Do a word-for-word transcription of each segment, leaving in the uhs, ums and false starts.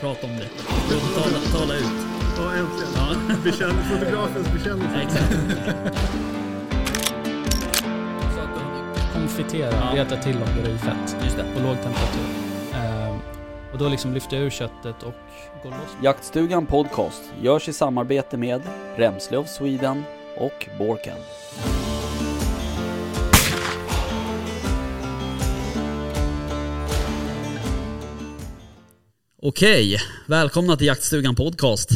prata om det. Tala, tala ut. Ja, äntligen. Ja. Bekänn, fotografens bekännelse. Exakt. Konfitera, ja. Reta till och göra i fett. Just det. På låg temperatur. Ehm, och då liksom lyfter jag ur köttet och går loss. Jaktstugan podcast görs i samarbete med Remslöv Sweden och Borken. Okej, välkomna till Jaktstugan podcast.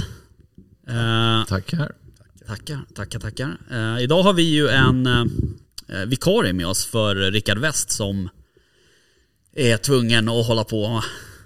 Uh, tackar. Tackar, tackar, tackar. Uh, idag har vi ju en uh, vikarie med oss för Rickard West som är tvungen att hålla på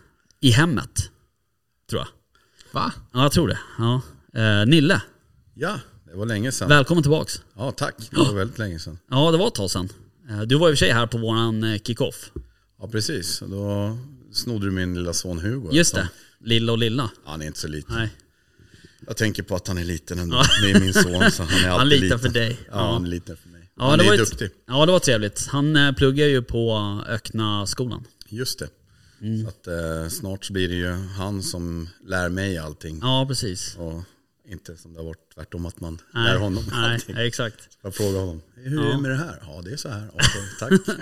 i hemmet, tror jag. Va? Ja, jag tror det. Ja. Uh, Nille. Ja, det var länge sedan. Välkommen tillbaks. Ja, tack. Det var väldigt länge sedan. Ja, det var ett tag sedan. Uh, du var i och för sig här på våran kick-off. Ja, precis. Då snodde du min lilla son Hugo. Just det, lilla och lilla. Ja, han är inte så liten. Nej. Jag tänker på att han är liten ändå. Ja. Det är min son, så han är alltid han litar liten. för dig. Ja, ja, han litar för mig. Ja, han det är var duktig. Ett, ja, det var trevligt. Han eh, pluggar ju på Ökna skolan. Just det. Mm. Så att, eh, snart blir det ju han som lär mig allting. Ja, precis. Och inte som det har varit tvärtom att man nej, lär honom allting. Nej, exakt. Jag frågar honom, hur ja. är det med det här? Ja, det är så här. Okay, tack.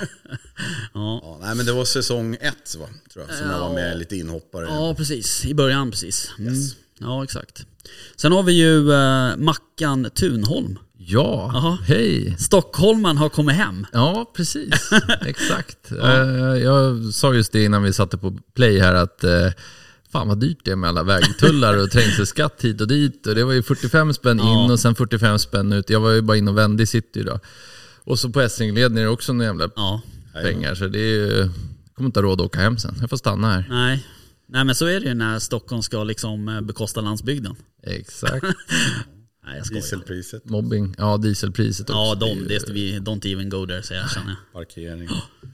ja. Ja, nej, men det var säsong ett, va, tror jag, som ja. jag var med lite inhoppare. Ja, precis. I början, precis. Mm. Yes. Ja, exakt. Sen har vi ju eh, Mackan Thunholm. Ja, aha. Hej. Stockholman har kommit hem. Ja, precis. Exakt. ja. uh, jag sa just det innan vi satte på play här att uh, fan vad dyrt det är med alla vägtullar och trängselskatt hit och dit. Och det var ju fyrtiofem spänn ja. in och sen fyrtiofem spänn ut. Jag var ju bara in och vände i city då. Och så på Essingleden är det också några jävla ja. pengar. Så det är ju, jag kommer inte ha råd att åka hem sen. Jag får stanna här. Nej. Nej, men så är det ju när Stockholm ska liksom bekosta landsbygden. Exakt. Nej, jag skojar. Dieselpriset. Mobbing. Ja, dieselpriset också. Ja, de, det är vi don't even go there, säger jag, känner jag. Parkering.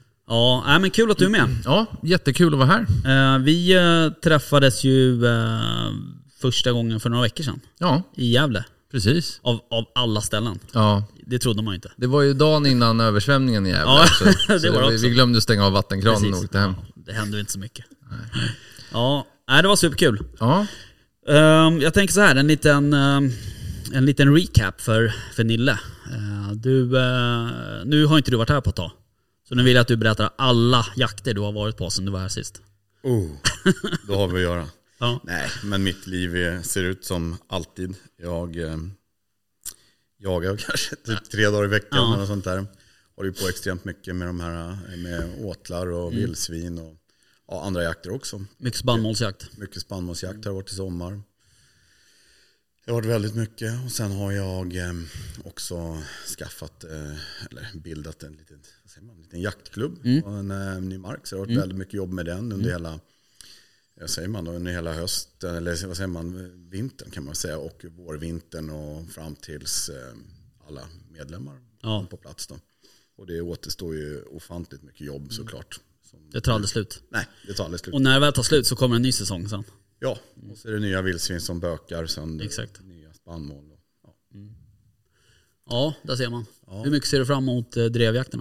Ja, nej, men kul att du är med. Ja, jättekul att vara här. Uh, vi uh, träffades ju uh, första gången för några veckor sedan. Ja. I Gävle. Precis. Av, av alla ställen. Ja. Det trodde man inte. Det var ju dagen innan översvämningen i Gävle. Ja, också. det så var det vi, också. vi glömde stänga av vattenkranen och åkte hem. Ja, det hände inte så mycket. Nej. Ja, nej, det var superkul. Ja. Um, jag tänker så här, en liten, um, en liten recap för, för Nille. Uh, du, uh, nu har inte du varit här på ett tag. Så nu vill jag att du berättar alla jakter du har varit på sedan du var här sist. Oh, då har vi att göra. Ja. Nej, men mitt liv är, ser ut som alltid. Jag eh, jagar kanske typ tre dagar i veckan ja. eller sånt där. Håller på extremt mycket med de här med åtlar och mm. vildsvin och ja, andra jakter också. Mycket spannmålsjakt. Mycket spannmålsjakt har varit i sommar. Det har varit väldigt mycket. Och sen har jag eh, också skaffat eh, eller bildat en liten, vad säger man, en liten jaktklubb mm. på en eh, ny mark. Så det har varit mm. väldigt mycket jobb med den under mm. hela, vad säger man då, under hela hösten, eller vad säger man, vintern kan man säga, och vårvintern och fram tills eh, alla medlemmar ja. på plats då. Och det återstår ju ofantligt mycket jobb såklart. Som det tar aldrig slut. Nej, det tar aldrig slut. Och när det väl tar slut så kommer en ny säsong sen. Ja, och så är det nya vildsvin som bökar, sen exakt. nya spannmål. Ja. Mm. Ja, där ser man. Ja. Hur mycket ser du fram emot eh, drevjakterna?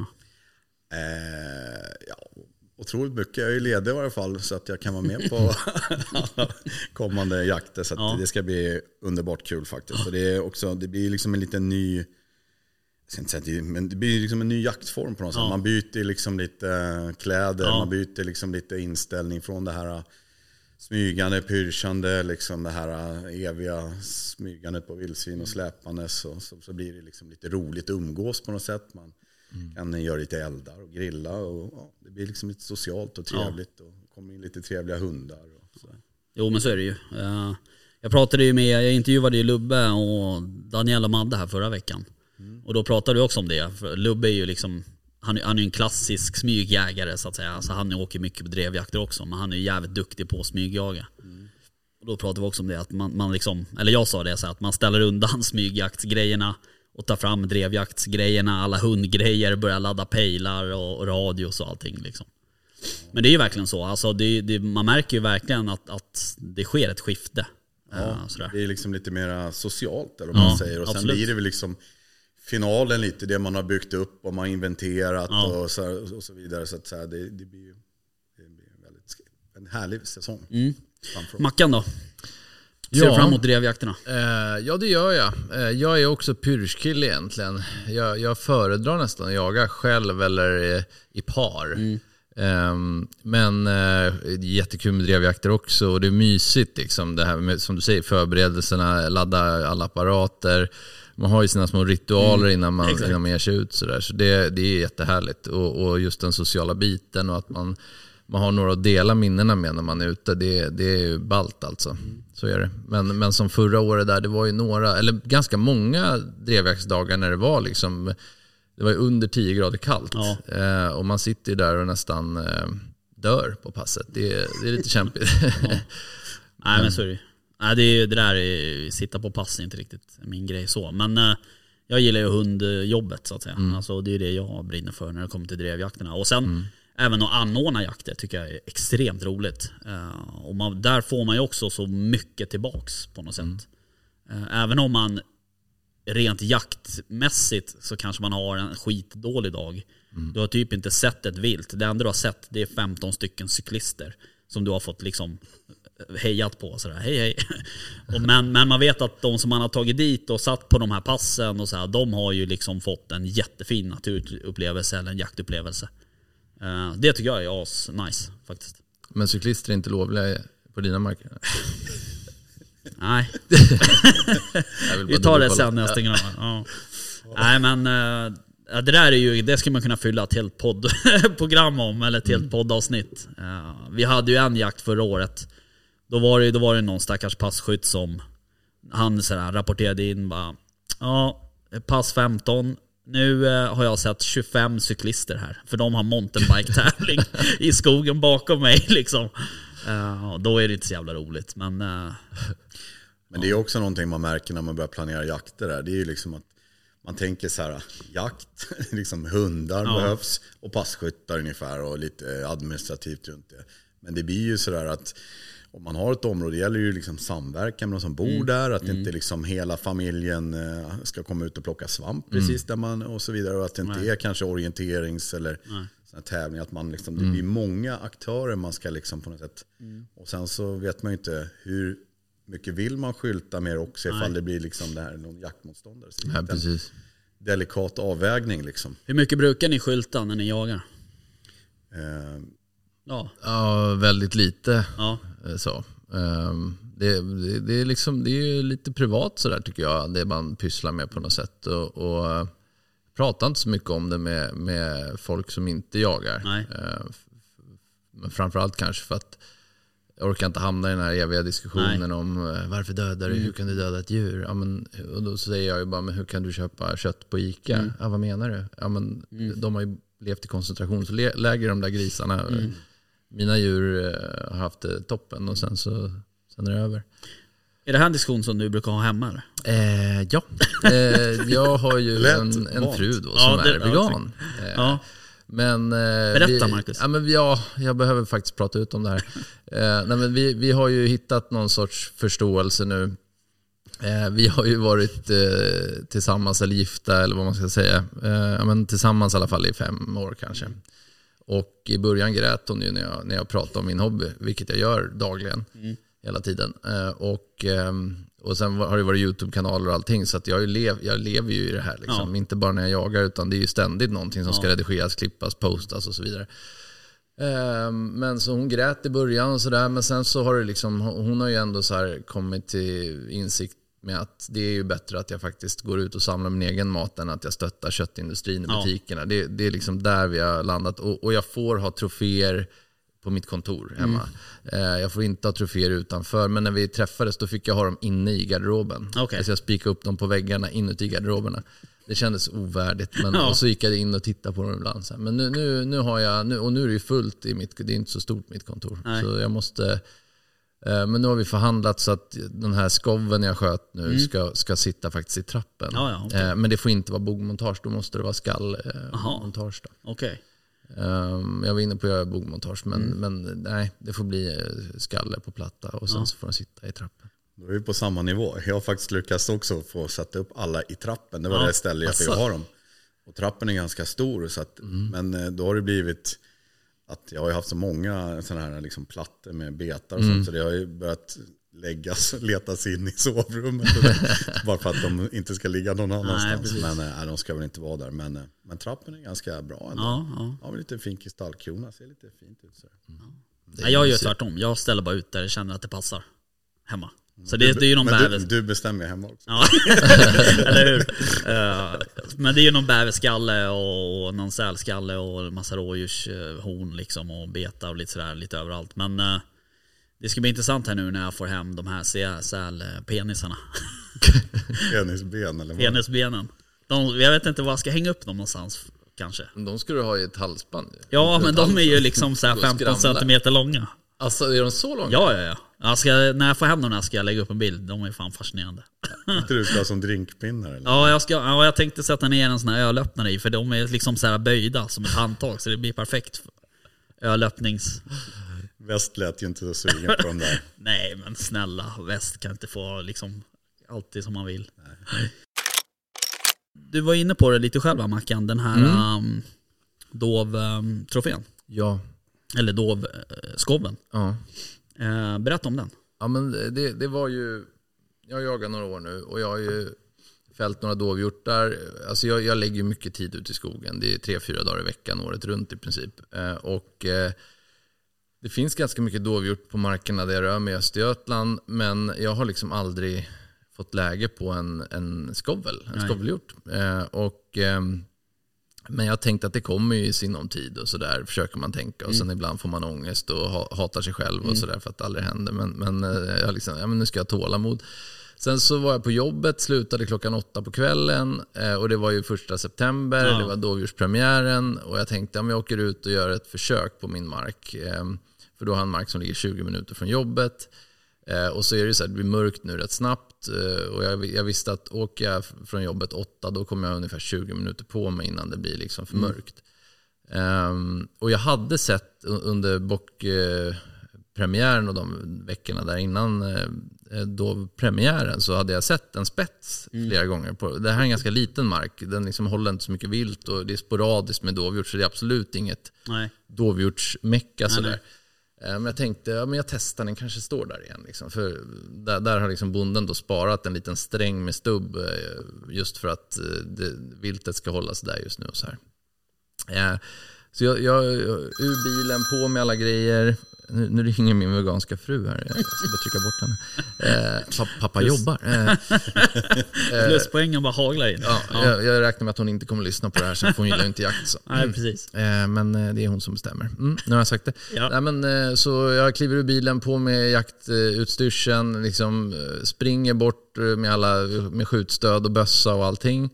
Eh, ja, otroligt mycket. Jag är ledig i varje fall så att jag kan vara med på alla kommande jakter. Så att ja. det ska bli underbart kul faktiskt. Och det, är också, det blir liksom en liten ny... Jag ska inte säga det, men det blir liksom en ny jaktform på något sätt. Ja. Man byter liksom lite kläder, ja. man byter liksom lite inställning från det här smygande, pyrschande, liksom det här eviga smygandet på vildsvin och släpandes. Så, så, så blir det liksom lite roligt att umgås på något sätt. Man mm. kan göra lite eldar och grilla. Och, ja, det blir liksom lite socialt och trevligt. Ja. Och kommer in lite trevliga hundar. Och så. Jo, men så är det ju. Jag pratade ju med, jag intervjuade ju Lubbe och Daniel och Madde här förra veckan. Mm. Och då pratade du också om det. För Lubbe är ju liksom, han är, han är en klassisk smygjägare så att säga. Alltså han åker mycket på drevjakter också, men han är jävligt duktig på att smygjaga. Mm. Och då pratade vi också om det att man, man liksom, eller jag sa det så att man ställer undan smygjaktsgrejerna och tar fram drevjaktsgrejerna, alla hundgrejer, börjar ladda pejlar och, och radios och allting liksom. Men det är ju verkligen så. Alltså det, det, man märker ju verkligen att, att det sker ett skifte. Ja, uh, sådär. Det är liksom lite mer socialt eller vad ja, man säger. Och sen absolut. Blir det väl liksom finalen lite, det man har byggt upp och man har inventerat ja. och, så, och så vidare. Så att så här, det, det blir ju det blir väldigt, en härlig säsong. Mm. Mackan då? Ser Ja. du fram emot drevjakterna? Eh, ja, det gör jag. Eh, jag är också pyrschkille egentligen. Jag, jag föredrar nästan att jaga själv eller eh, i par. Mm. Um, men uh, det är jättekul med drevjakter också, och det är mysigt liksom, det här med, som du säger, förberedelserna, ladda alla apparater, man har ju sina små ritualer mm. innan, man, innan man ger sig ut så, där. Så det, det är jättehärligt, och, och just den sociala biten och att man, man har några att dela minnena med när man är ute, det, det är ju ballt alltså. Mm. Så är det. Men, men som förra året där, det var ju några, eller ganska många drevjaktsdagar när det var liksom, det var ju under tio grader kallt. Ja. Eh, och man sitter där och nästan eh, dör på passet. Det, det är lite kämpigt. Ja. Nej, men så är det. Nej, det, är, det där är, sitta på pass är inte riktigt min grej så. Men eh, jag gillar ju hundjobbet så att säga. Mm. Alltså, det är det jag brinner för när det kommer till drevjakterna. Och sen mm. även att anordna jakter tycker jag är extremt roligt. Eh, och man, där får man ju också så mycket tillbaks på något sätt. Mm. Eh, även om man rent jaktmässigt så kanske man har en skitdålig dag. Mm. Du har typ inte sett ett vilt. Det enda du har sett, det är femton stycken cyklister som du har fått liksom hejat på sådär. Hej hej. Och men, men man vet att de som man har tagit dit och satt på de här passen och så här, de har ju liksom fått en jättefin naturupplevelse eller en jaktupplevelse. Uh, det tycker jag är as nice faktiskt. Men cyklister är inte lovliga på dina marker? Nej. Vi tar det sen när jag stänger av. Ja. Nej, men äh, det där är ju, det ska man kunna fylla ett helt poddprogram om, eller ett helt mm. poddavsnitt. Uh, vi hade ju en jakt förra året. Då var det, då var det någon stackars passkytt som han så här rapporterade in bara, ja, pass femton. Nu uh, har jag sett tjugofem cyklister här, för de har mountainbike-tävling i skogen bakom mig liksom. Uh, då är det inte så jävla roligt, men uh, men det är också någonting man märker när man börjar planera jakter där. Det är ju liksom att man tänker så här, jakt, liksom hundar ja. behövs och passkyttar ungefär och lite administrativt runt det. Men det blir ju så där att om man har ett område, det gäller ju liksom samverkan med de som bor mm. där, att mm. inte liksom hela familjen ska komma ut och plocka svamp mm. precis där man och så vidare, och att det inte Nej. är kanske orienterings eller såna tävlingar, att man liksom, mm. det blir många aktörer man ska liksom på något sätt mm. och sen så vet man ju inte hur mycket vill man skylta med också ifall Nej. det blir liksom det här någon jaktmotståndare. Så ja, precis. Delikat avvägning liksom. Hur mycket brukar ni skylta när ni jagar? Eh, ja. ja, väldigt lite. Ja. Så. Um, det, det, det är liksom, det är lite privat så där tycker jag, det man pysslar med på något sätt, och, och pratar inte så mycket om det med, med folk som inte jagar. Nej. Uh, men framförallt kanske för att jag orkar inte hamna i den här eviga diskussionen Nej. om uh, varför dödar du, mm. hur kan du döda ett djur? Ja, men, och då säger jag ju bara, men hur kan du köpa kött på Ica? Mm. Ja, vad menar du? Ja, men, mm. de har ju levt i koncentrationsläger, de där grisarna. Mm. Mina djur uh, har haft det toppen, och sen så sen är det över. Är det här en diskussion som du brukar ha hemma eller? Eh, ja, eh, jag har ju en, en fru då som ja, det, är vegan. Eh, ja. Men, eh, Berätta vi, Marcus. Ja, men, ja, jag behöver faktiskt prata ut om det här. Eh, nej, men vi, vi har ju hittat någon sorts förståelse nu. Eh, vi har ju varit eh, tillsammans eller gifta eller vad man ska säga. Eh, men tillsammans i alla fall i fem år kanske. Och i början grät hon ju när jag, när jag pratade om min hobby, vilket jag gör dagligen. Mm. Hela tiden. Eh, och, eh, och sen har det varit YouTube-kanaler och allting, så att jag, lev, jag lever ju i det här liksom. Ja. Inte bara när jag jagar, utan det är ju ständigt någonting som ja. ska redigeras, klippas, postas och så vidare. Eh, men så hon grät i början och sådär, men sen så har det liksom, hon har ju ändå så här kommit till insikt med att det är ju bättre att jag faktiskt går ut och samlar min egen mat än att jag stöttar köttindustrin i butikerna. Ja. Det, det är liksom där vi har landat, och, och jag får ha troféer på mitt kontor hemma. Mm. Jag får inte ha troféer utanför, men när vi träffades då fick jag ha dem inne i garderoben. Okay. Så jag spikade upp dem på väggarna inuti garderoberna. Det kändes ovärdigt, men ja. och så gick jag in och tittade på dem ibland. Men nu, nu, nu har jag, nu, och nu är det ju fullt i mitt, det är inte så stort mitt kontor. Nej. Så jag måste, men nu har vi förhandlat så att den här skoven jag sköt nu mm. ska, ska sitta faktiskt i trappen. Ja, ja, okay. Men det får inte vara bogmontage, då måste det vara skallmontage. Okej. Okay. Um, jag var inne på att göra bogmontage, men, mm. men nej, det får bli skalle på platta och sen ja. så får den sitta i trappen. Då är vi på samma nivå. Jag har faktiskt lyckats också få sätta upp alla i trappen. Det var ja. det ställe jag fick ha dem. Och trappen är ganska stor, så att, mm. men då har det blivit att jag har ju haft så många sådana här liksom plattor med betar och mm. sånt, så det har ju börjat läggas, letas in i sovrummet bara för att de inte ska ligga någon annanstans. Nej, men nej, de ska väl inte vara där. Men, men trappen är ganska bra ändå. Ja, ja. Har lite fin kristallkrona, ser lite fint ut. Så. Mm. Ja, jag gör tvärtom. Jag ställer bara ut där jag känner att det passar hemma. Så det, det är ju någon men bäver... du, du bestämmer hemma också. Ja, eller hur? Uh, men det är ju någon bäverskalle och någon sälskalle och en massa rådjurshorn liksom och betar och lite sådär lite överallt. Men uh, det ska bli intressant här nu när jag får hem de här sälpenisarna. Penisben eller vad? Penisbenen. De, jag vet inte var jag ska hänga upp dem någonstans kanske. De ska du ha i ett halsband. Ja, men de är ju liksom så här femton centimeter långa. Alltså är de så långa? Ja, ja, ja. Jag ska, när jag får hem dem här ska jag lägga upp en bild. De är fan fascinerande. Inte du ska ha som drinkpinnar eller? Ja, jag, ska, ja, jag tänkte sätta ner en sån här ölöppnare i. För de är liksom så här böjda som ett handtag. Så det blir perfekt ölöppnings... Väst lät ju inte så sugen på dem där. Nej, men snälla. Väst kan inte få liksom alltid som man vill. Nej. Du var inne på det lite själv, Mackan. Den här mm. um, Dov-trofén. Ja. Eller Dov-skoven. Ja. Uh, berätta om den. Ja, men det, det var ju... Jag har jagat några år nu och jag har ju fällt några dovhjortar. Alltså jag, jag lägger mycket tid ut i skogen. Det är tre, fyra dagar i veckan, året runt i princip. Uh, och... Uh, Det finns ganska mycket dovhjort på markerna där jag rör mig i Östergötland, men jag har liksom aldrig fått läge på en, en skovel, en skovelhjort. Eh, och, eh, men jag tänkte att det kommer ju i sinom tid och sådär, försöker man tänka. Och sen mm. ibland får man ångest och ha, hatar sig själv och sådär för att det aldrig händer. Men, men, eh, jag liksom, ja, men nu ska jag tåla mod. Sen så var jag på jobbet, slutade klockan åtta på kvällen eh, och det var ju första september, ja. Det var dovdjurspremiären och jag tänkte att jag åker ut och gör ett försök på min mark. Eh, för då har en mark som ligger tjugo minuter från jobbet. Eh, och så är det så här, det blir mörkt nu rätt snabbt eh, och jag, jag visste att åker jag från jobbet åtta då kommer jag ungefär tjugo minuter på mig innan det blir liksom för mörkt. Mm. Eh, och jag hade sett under bock... Eh, premiären och de veckorna där innan eh, då premiären så hade jag sett en spets mm. flera gånger. På, det här är en ganska liten mark. Den liksom håller inte så mycket vilt och det är sporadiskt med dovhjort så det är absolut inget nej. dovhjortsmecka sådär. Nej. Men jag tänkte, ja, men jag testar, den kanske står där igen. Liksom. För där, där har liksom bonden då sparat en liten sträng med stubb just för att det, viltet ska hålla sig där just nu. Och så här. Eh, så jag, jag ur bilen på med alla grejer. Nu, nu ringer min veganska fru här. Jag ska bara trycka bort henne. Eh, pappa, pappa jobbar. Eh, Pluspoängen bara haglar in. Ja, ja. Jag, jag räknar med att hon inte kommer att lyssna på det här så hon gillar inte jakt. Så. Nej, precis. Eh, men det är hon som bestämmer. Mm, nu har jag sagt det. Ja. Nej, men, eh, så jag kliver ur bilen på med jaktutstyrseln. Liksom, springer bort med, alla, med skjutstöd och bössa och allting.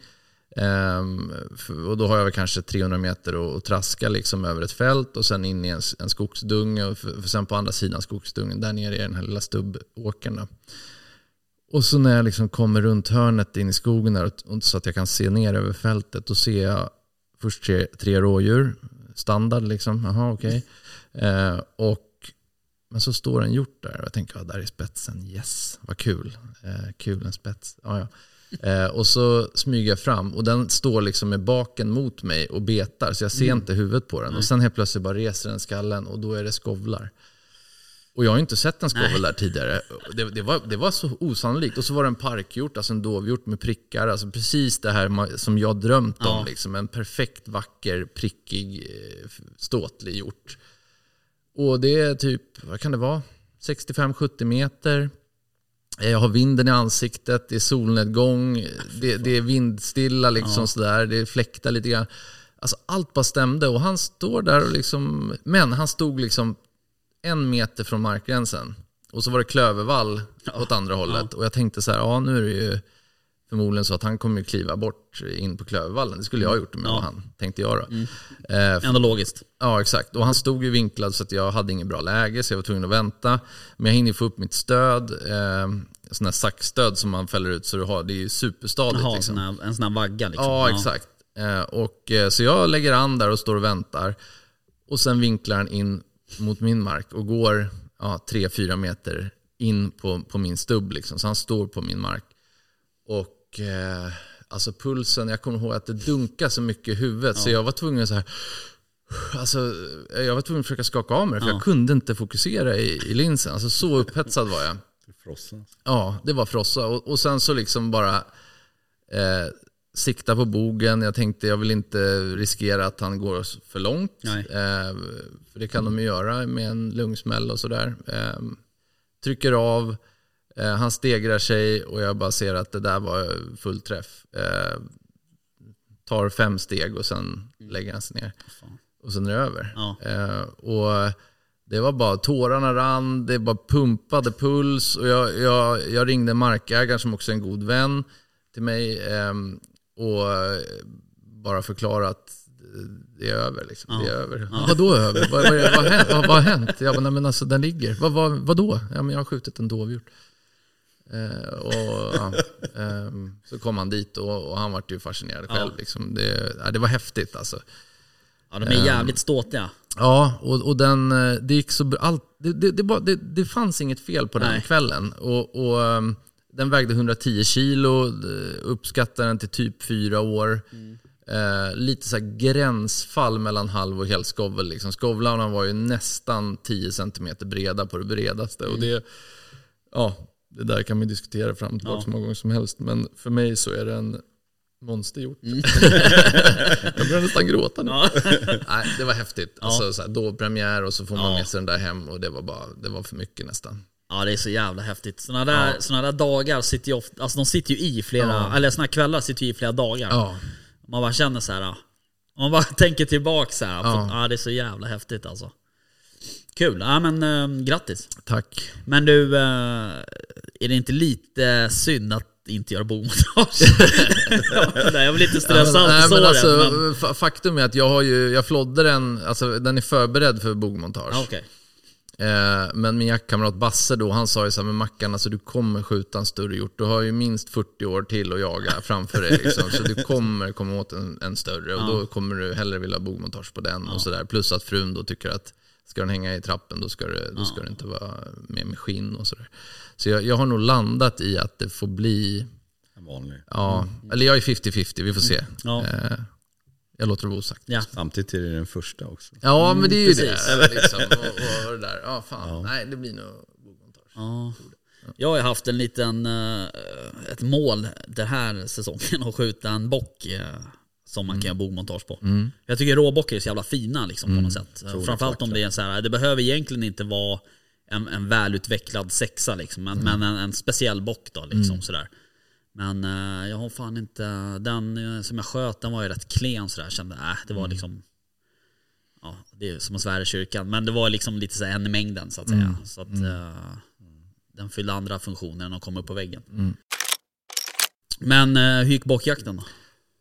Um, och då har jag väl kanske trehundra meter och, och traska liksom över ett fält och sen in i en, en skogsdunge och för, för sen på andra sidan skogsdungen där nere i den här lilla stubbåkern då. Och så när jag liksom kommer runt hörnet in i skogen där och, och så att jag kan se ner över fältet och ser jag först tre, tre rådjur standard liksom, jaha okej okay. uh, och men så står en hjort där och jag tänker, ja, där är spetsen, yes, vad kul uh, kul en spets, ja ja. Eh, och så smyger jag fram och den står liksom med baken mot mig och betar så jag ser mm. inte huvudet på den. Nej. Och sen helt plötsligt bara reser den skallen och då är det skovlar. Och jag har inte sett en skovel Nej. där tidigare. Det, det, var, det var så osannolikt. Och så var det en parkhjort, alltså en dovhjort med prickar. Alltså precis det här som jag drömt om. Ja. Liksom. En perfekt, vacker, prickig, ståtlig hjort. Och det är typ, vad kan det vara? sextiofem sjuttio meter. Jag har vinden i ansiktet, det är solnedgång, det, det är vindstilla liksom ja. sådär, det fläktar lite grann. Alltså allt bara stämde och han står där och liksom, men han stod liksom en meter från markgränsen. Och så var det klövervall ja. åt andra hållet. Ja. Och jag tänkte så här, ja nu är det ju förmodligen så att han kommer ju kliva bort in på klövervallen. Det skulle jag ha gjort om jag var han, tänkte jag då. Mm. Eh, Ändå logiskt. Ja, exakt. Och han stod ju vinklad så att jag hade ingen bra läge så jag var tvungen att vänta. Men jag hinner få upp mitt stöd. Eh, sån här saxstöd som man fäller ut så du har. Det är ju superstadigt. Jaha, liksom. sån här, en sån här vagga liksom. Ja, ja. exakt. Eh, och, eh, så jag lägger an där och står och väntar. Och sen vinklar han in mot min mark och går ja, tre, fyra meter in på, på min stubb. Liksom. Så han står på min mark. Och eh, alltså pulsen, jag kommer ihåg att det dunkade så mycket i huvudet. Ja. Så jag var tvungen så här Alltså, jag var tvungen att försöka skaka av mig för Ja. jag kunde inte fokusera i, i linsen. Alltså, så upphetsad var jag. Frossa. Ja, det var frossa. Och, och sen så liksom bara eh, sikta på bogen. Jag tänkte jag vill inte riskera att han går för långt. Nej. Eh, för det kan de ju göra med en lungsmäll och sådär. Eh, trycker av. Eh, han stegrar sig och jag bara ser att det där var full träff. Eh, tar fem steg och sen lägger han sig ner. Och sen är det över. Ja. Eh, och det var bara, tårarna rann, det bara pumpade puls. Och jag, jag, jag ringde markägaren som också är en god vän till mig. Eh, och bara förklara att det är över. Liksom. Ja. Det är över. Ja. Vadå över? Vad, vad, vad, har hänt? vad, vad har hänt? Jag bara, nej men alltså den ligger. Vad, vad, vadå? Ja men jag har skjutit en dovhjort. Eh, och, ja, eh, så kom han dit och, och han var ju fascinerad själv. Ja. Liksom. Det, ja, det var häftigt alltså. Ja, de är jävligt ståtliga. Ja, och, och den, det gick så allt, det, det, det, bara, det, det fanns inget fel på den Nej. kvällen. Och, och um, den vägde hundratio kilo, uppskattade den till typ fyra år. Mm. Eh, lite så här gränsfall mellan halv och hel skovel. Liksom. Skovlarna var ju nästan tio centimeter breda på det bredaste. Mm. Och det, ja, det där kan man diskutera fram och tillbaka så många gånger som helst. Men för mig så är det en monsterhjort. Mm. Jag började nästan gråta nu. Ja. Nej, det var häftigt. Ja. Alltså, så här, då premiär och så får man Ja. med sig den där hem och det var bara, det var för mycket nästan. Ja, det är så jävla häftigt. Såna där, Ja. såna där dagar sitter ju ofta, alltså de sitter ju i flera, Ja. eller såna här kvällar sitter ju i flera dagar. Ja. Man bara känner så här. Man bara tänker tillbaka så här. Ja. Ja. Ja, det är så jävla häftigt alltså. Kul. Ja, men äh, grattis. Tack. Men du, äh, är det inte lite synd att inte göra bogmontage? Nej, jag blir lite stressad. Ja, men, nej, så men alltså, men... f- faktum är att jag har ju, jag flodde den, alltså den är förberedd för bogmontage. Ja, okay. eh, men min jaktkamrat Basse då, han sa ju så här med Mackan, alltså du kommer skjuta en större hjort. Du har ju minst fyrtio år till att jaga framför dig liksom. Så du kommer komma åt en, en större och Ja. då kommer du hellre vilja bogmontage på den. Ja. Och så där. Plus att frun då tycker att ska den hänga i trappen då ska det, då Ja. ska det inte vara med, med skinn och sådär. Så jag, jag har nog landat i att det får bli En vanlig. ja, eller jag är femtio femtio, vi får se. Ja. Eh, jag låter det vara osagt. Ja. Samtidigt är det den första också. Ja, men det är ju precis. det. Liksom. Och, och det där. Ja, fan. Ja. Nej, det blir nog bogmontage. Ja. Jag har ju haft en liten, eh, ett mål den här säsongen att skjuta en bock eh, som man kan göra bogmontage på. Mm. Jag tycker råbockar är så jävla fina liksom, på Mm. något sätt. Tror det Framförallt om det är så här, det behöver egentligen inte vara en, en välutvecklad sexa liksom, men, Mm. men en, en speciell bock då liksom, Mm. sådär. Men eh, jag har fan inte, den eh, som jag sköt, den var ju rätt klen sådär. Jag kände, äh, det var Mm. liksom, ja, det är som att svära i kyrkan, men det var liksom lite så här en i mängden så att säga. Mm. Så att Mm. eh, den fyllde andra funktioner än att komma upp på väggen. Mm. Men eh, hur gick bockjakten då?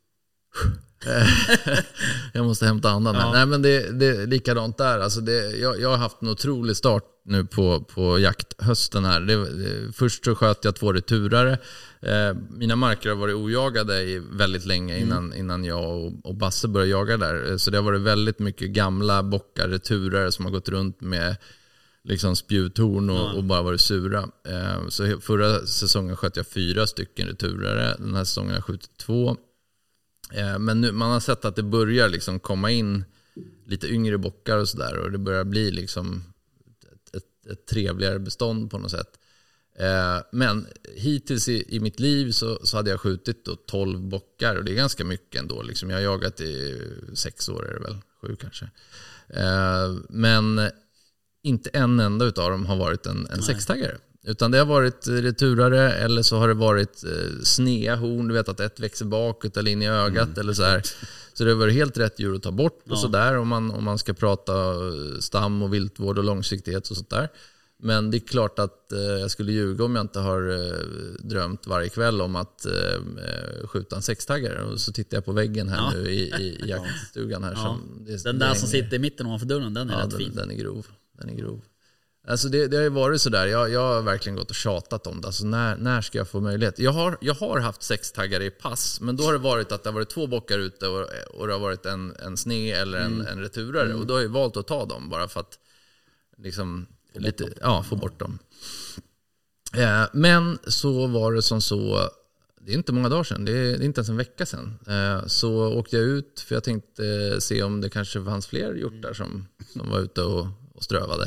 Jag måste hämta andan här. Ja. Nej, men det, det är likadant där. Alltså det, jag, jag har haft en otrolig start nu på, på jakthösten här. Det, det, först så sköt jag två returare. Eh, mina marker har varit ojagade i väldigt länge innan, mm. innan jag och, och Basse började jaga där. Så det har varit väldigt mycket gamla bockar, returare som har gått runt med liksom spjuthorn och, Ja. och bara varit sura. Eh, så förra säsongen sköt jag fyra stycken returare. Den här säsongen har jag skjutit två. Eh, men nu, man har sett att det börjar liksom komma in lite yngre bockar och sådär. Och det börjar bli liksom ett, ett, ett trevligare bestånd på något sätt. Eh, men hittills i, i mitt liv så, så hade jag skjutit då tolv bockar. Och det är ganska mycket ändå. Liksom. Jag har jagat i sex år, är det väl? Sju kanske. Eh, men inte en enda utav dem har varit en, en sextaggare. Utan det har varit returare eller så har det varit eh, snea horn. Du vet att ett växer bakåt eller in i ögat mm. eller så här. Så det har varit helt rätt djur att ta bort och ja. så där om man, om man ska prata stam och viltvård och långsiktighet och sånt där. Men det är klart att eh, jag skulle ljuga om jag inte har eh, drömt varje kväll om att eh, skjuta en sextaggare. Och så tittar jag på väggen här Ja. nu i, i jaktstugan här. Ja. Som, det, Den det där är som ingen- sitter i mitten ovanför dörren, den är Ja, rätt den, fin. den är grov. Den är grov. Alltså det, det har ju varit sådär. Jag, jag har verkligen gått och tjatat om det. Alltså när, när ska jag få möjlighet? Jag har, jag har haft sex taggare i pass. Men då har det varit att det har varit två bockar ute och, och det har varit en, en sne eller en, Mm. en returare. Mm. Och då har jag valt att ta dem bara för att liksom, lite, ja, få bort dem. Eh, men så var det som så det är inte många dagar sedan, det är, det är inte ens en vecka sedan. Eh, så åkte jag ut för jag tänkte eh, se om det kanske fanns fler hjortar som, som var ute och, och strövade.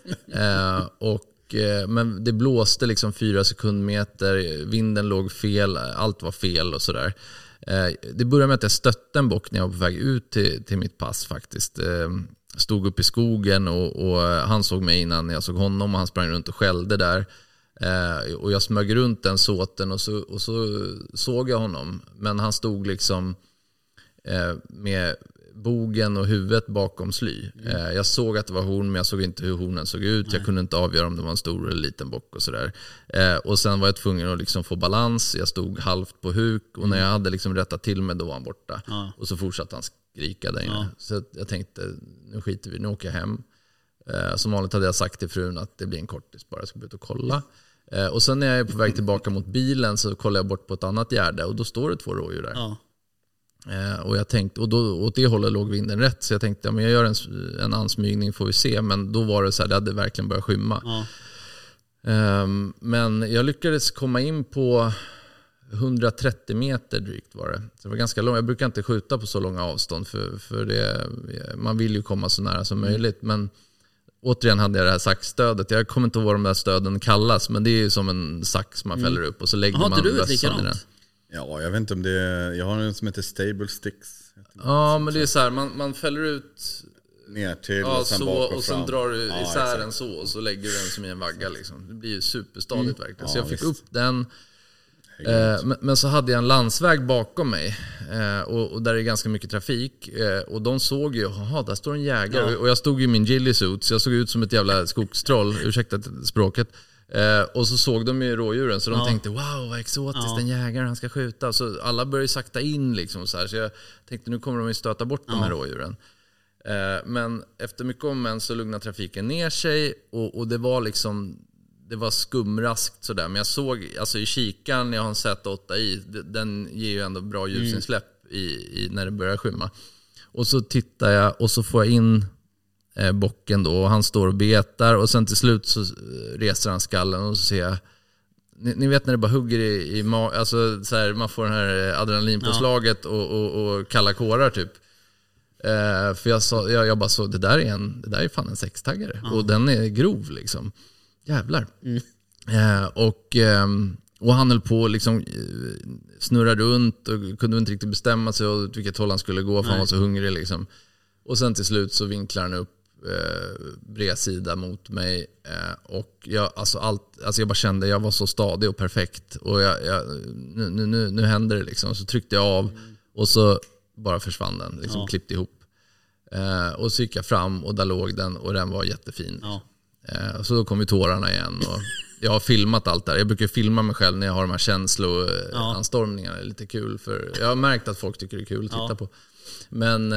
Eh, och, eh, men det blåste liksom fyra sekundmeter, vinden låg fel, allt var fel och sådär. Eh, det började med att jag stötte en bock när jag var på väg ut till, till mitt pass faktiskt. Eh, stod upp i skogen och, och han såg mig innan jag såg honom och han sprang runt och skällde där. Eh, och jag smög runt den såten och så, och så såg jag honom. Men han stod liksom eh, med bogen och huvudet bakom sly. Mm. Eh, jag såg att det var horn men jag såg inte hur hornen såg ut. Nej. Jag kunde inte avgöra om det var en stor eller liten bock och sådär. Eh, och sen var jag tvungen att liksom få balans. Jag stod halvt på huk och mm. när jag hade liksom rättat till mig då var han borta. Ja. Och så fortsatte han skrika där inne. Ja. Så jag tänkte, nu skiter vi, nu åker jag hem. Eh, som vanligt hade jag sagt till frun att det blir en kortis bara, jag ska ut och kolla. Eh, och sen när jag är på väg tillbaka mot bilen så kollar jag bort på ett annat gärde och då står det två rådjur där. Ja. Eh, och jag tänkte, och då åt det hållet låg vinden rätt så jag tänkte, ja, men jag gör en, en ansmygning får vi se, men då var det så här, det hade verkligen börjat skymma. Ja. Eh, men jag lyckades komma in på hundratrettio meter drygt var det. Så det var ganska långt. Jag brukar inte skjuta på så långa avstånd för, för det, man vill ju komma så nära som möjligt, men återigen hade jag det här saxstödet. Jag kommer inte ihåg vad de där stöden kallas, men det är ju som en sax man fäller upp och så lägger Aha, man du bössan i den. Ja, jag vet inte om det är, jag har en som heter Stable Sticks. Ja, men det är så här, man, man fäller ut ner till ja, och sen så, bak och, och sen fram. drar du ja, isär exakt. den så och så lägger du den som i en vagga liksom. Det blir ju superstadigt mm. verkligen. Så ja, jag fick visst. upp den. Eh, men, men så hade jag en landsväg bakom mig eh, och, och där är ganska mycket trafik eh, och de såg ju, jaha, där står en jägare ja. Och jag stod i min ghillie-suit så jag såg ut som ett jävla skogstroll, ursäkta språket. Eh, och så såg de ju rådjuren så de ja. tänkte, wow vad exotiskt, ja. en jägare han ska skjuta. Så alla började sakta in liksom så här. Så jag tänkte, nu kommer de ju stöta bort ja. de här rådjuren. eh, Men efter mycket om en så lugnade trafiken ner sig och, och det var liksom, det var skumraskt sådär. Men jag såg, alltså i kikaren, jag har en Z åtta i, den ger ju ändå bra ljusinsläpp mm. i, i, när det börjar skymma. Och så tittar jag och så får jag in eh, bocken då och han står och betar och sen till slut så reser han skallen och så ser jag, ni, ni vet när det bara hugger i, i ma- alltså så här, man får den här adrenalinpåslaget ja. och, och, och kalla kårar typ. Eh, för jag, sa, jag, jag bara så, det där är en, det där är fan en sextaggare ja. och den är grov liksom. Jävlar. Mm. Eh, och, eh, och han höll på liksom snurra runt och kunde inte riktigt bestämma sig åt vilket håll han skulle gå för Nej. han var så hungrig liksom. Och sen till slut så vinklar han upp eh, bredsida mot mig eh, och jag, alltså allt, alltså jag bara kände jag var så stadig och perfekt och jag, jag, nu, nu, nu, nu händer det liksom. Så tryckte jag av mm. och så bara försvann den, liksom ja. klippte ihop. Eh, och så gick jag fram och där låg den och den var jättefin. Ja. Så då kom ju tårarna igen och jag har filmat allt där. Jag brukar filma mig själv när jag har de här känsloanstormningarna. Det är lite kul för jag har märkt att folk tycker det är kul att titta ja. på. Men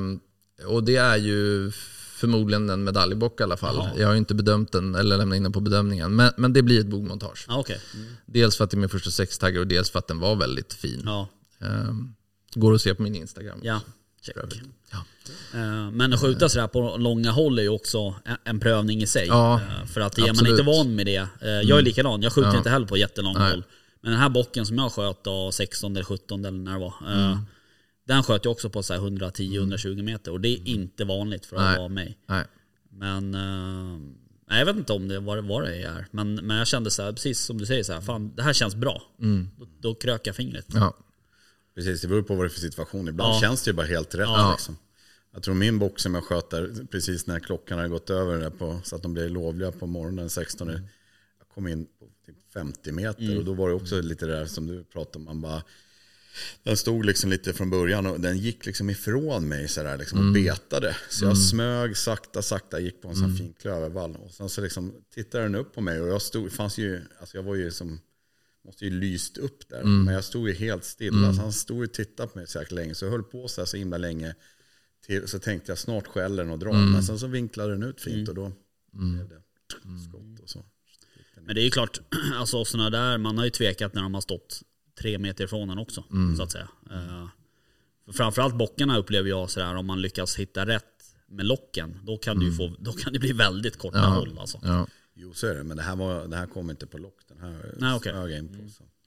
och det är ju förmodligen en medaljbock i alla fall. Ja. Jag har ju inte bedömt den eller lämnat in den på bedömningen, men, men det blir ett bogmontage. Ja, okay. mm. Dels för att det är min första sextagger och dels för att den var väldigt fin. Ja. Går att se på min Instagram. Ja. Ja. Men att skjuta sådär på långa håll är ju också en prövning i sig. Ja, för att är absolut. man inte van med det. Jag är likadan, jag skjuter ja. inte heller på jättelång Nej. håll. Men den här bocken som jag sköt då sexton eller sjutton eller när det var mm. den sköt jag också på så här hundratio till hundratjugo meter. Och det är inte vanligt för att Nej. vara mig. Nej. Men äh, jag vet inte om det var det, var det är. Men, men jag kände så här, precis som du säger så här, fan, det här känns bra. Mm. Då, då krökar jag fingret. Ja. Precis, det beror på vad det är för situation. Ibland ja. känns det ju bara helt rätt. Ja. Liksom. Jag tror min box som jag sköt där precis när klockan hade gått över där på, så att de blev lovliga på morgonen sexton. Mm. Jag kom in på typ femtio meter mm. och då var det också lite där som du pratade om. Man bara, den stod liksom lite från början och den gick liksom ifrån mig så där, liksom, och mm. betade. Så jag mm. smög sakta, sakta, gick på en sån mm. fin klövervall. Och sen så liksom tittade den upp på mig och jag stod, fanns ju, alltså jag var ju som... måste ju lyst upp där. Mm. Men jag stod ju helt stilla. Mm. Så han stod och tittade på mig säkert länge. Så jag höll på så här så himla länge. Till, så tänkte jag snart skäller den och drar. Mm. Men sen så vinklade den ut fint. Mm. Och då mm. blev det skott och så. Men det är ju klart, alltså sådana där, man har ju tvekat när de har stått tre meter ifrån den också. Mm. Så att säga. Uh, för framförallt bockarna upplever jag sådär, om man lyckas hitta rätt med locken. Då kan, mm. du få, då kan det bli väldigt korta ja. håll alltså. Ja. Jo, så är det. Men det här, var, det här kom inte på lock. Den här Nej, okay. smög in på. Så.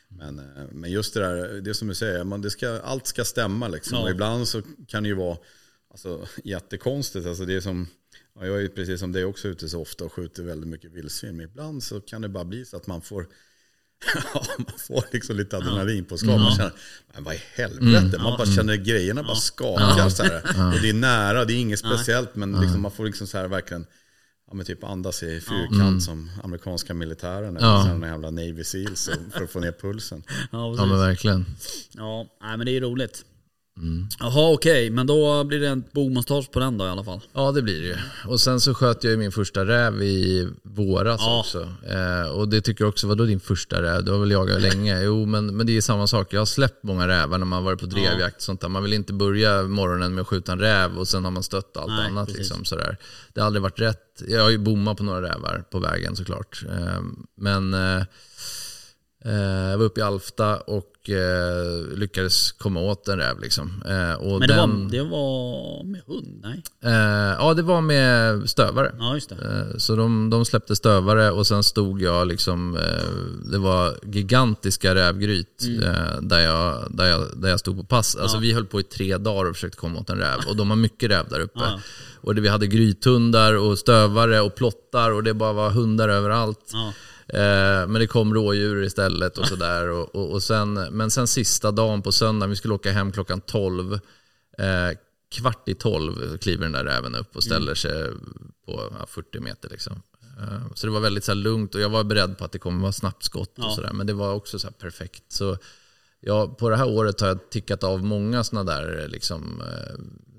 Men, men just det där, det som du säger, man, det ska, allt ska stämma liksom. Ja. Och ibland så kan det ju vara alltså, jättekonstigt. Alltså, det är som, ja, jag är ju precis som det också ute så ofta och skjuter väldigt mycket vildsvin. Men ibland så kan det bara bli så att man får ja, man får liksom lite adrenalin på slag. Man känner, men vad i helvete? Man bara känner grejerna bara skakar så här. Och det är nära, det är inget speciellt. Men liksom, man får liksom så här verkligen ja, men typ andas i fyrkant mm. som amerikanska militären eller ja. sådana jävla Navy Seals för att få ner pulsen. Ja, ja men verkligen. Ja, nej, men det är roligt. Mm. Jaha, okej, okay. Men då blir det en bogmontage på den då i alla fall. Ja, det blir det ju. Och sen så sköt jag ju min första räv i våras ja. också. Eh, och det tycker jag också, vadå din första räv? Du har väl jagat länge? Jo, men, men det är samma sak. Jag har släppt många rävar när man varit på drevjakt och sånt där. Man vill inte börja morgonen med att skjuta en räv och sen har man stött allt Nej, annat liksom sådär. Det har aldrig varit rätt. Jag har ju bommat på några rävar på vägen såklart. Eh, men eh, jag var uppe i Alfta och eh, lyckades komma åt en räv liksom. Eh, och Men det, den, var, det var med hund, nej? Eh, ja, det var med stövare. Ja, just det. Eh, så de, de släppte stövare och sen stod jag liksom, eh, det var gigantiska rävgryt mm. eh, där, jag, där, jag, där jag stod på pass. Alltså ja. vi höll på i tre dagar och försökte komma åt en räv och de har mycket räv där uppe. Ja. Och det, vi hade grythundar och stövare och plottar och det bara var hundar överallt. Ja. Men det kom rådjur istället och sådär och, och, och sen, men sen sista dagen på söndagen, vi skulle åka hem klockan tolv, eh, kvart i tolv kliver den där räven upp och ställer sig på ja, fyrtio meter liksom. eh, så det var väldigt så här lugnt och jag var beredd på att det kommer vara snabbt skott och ja. sådär, men det var också så här perfekt. Så ja, på det här året har jag tickat av många såna där liksom eh,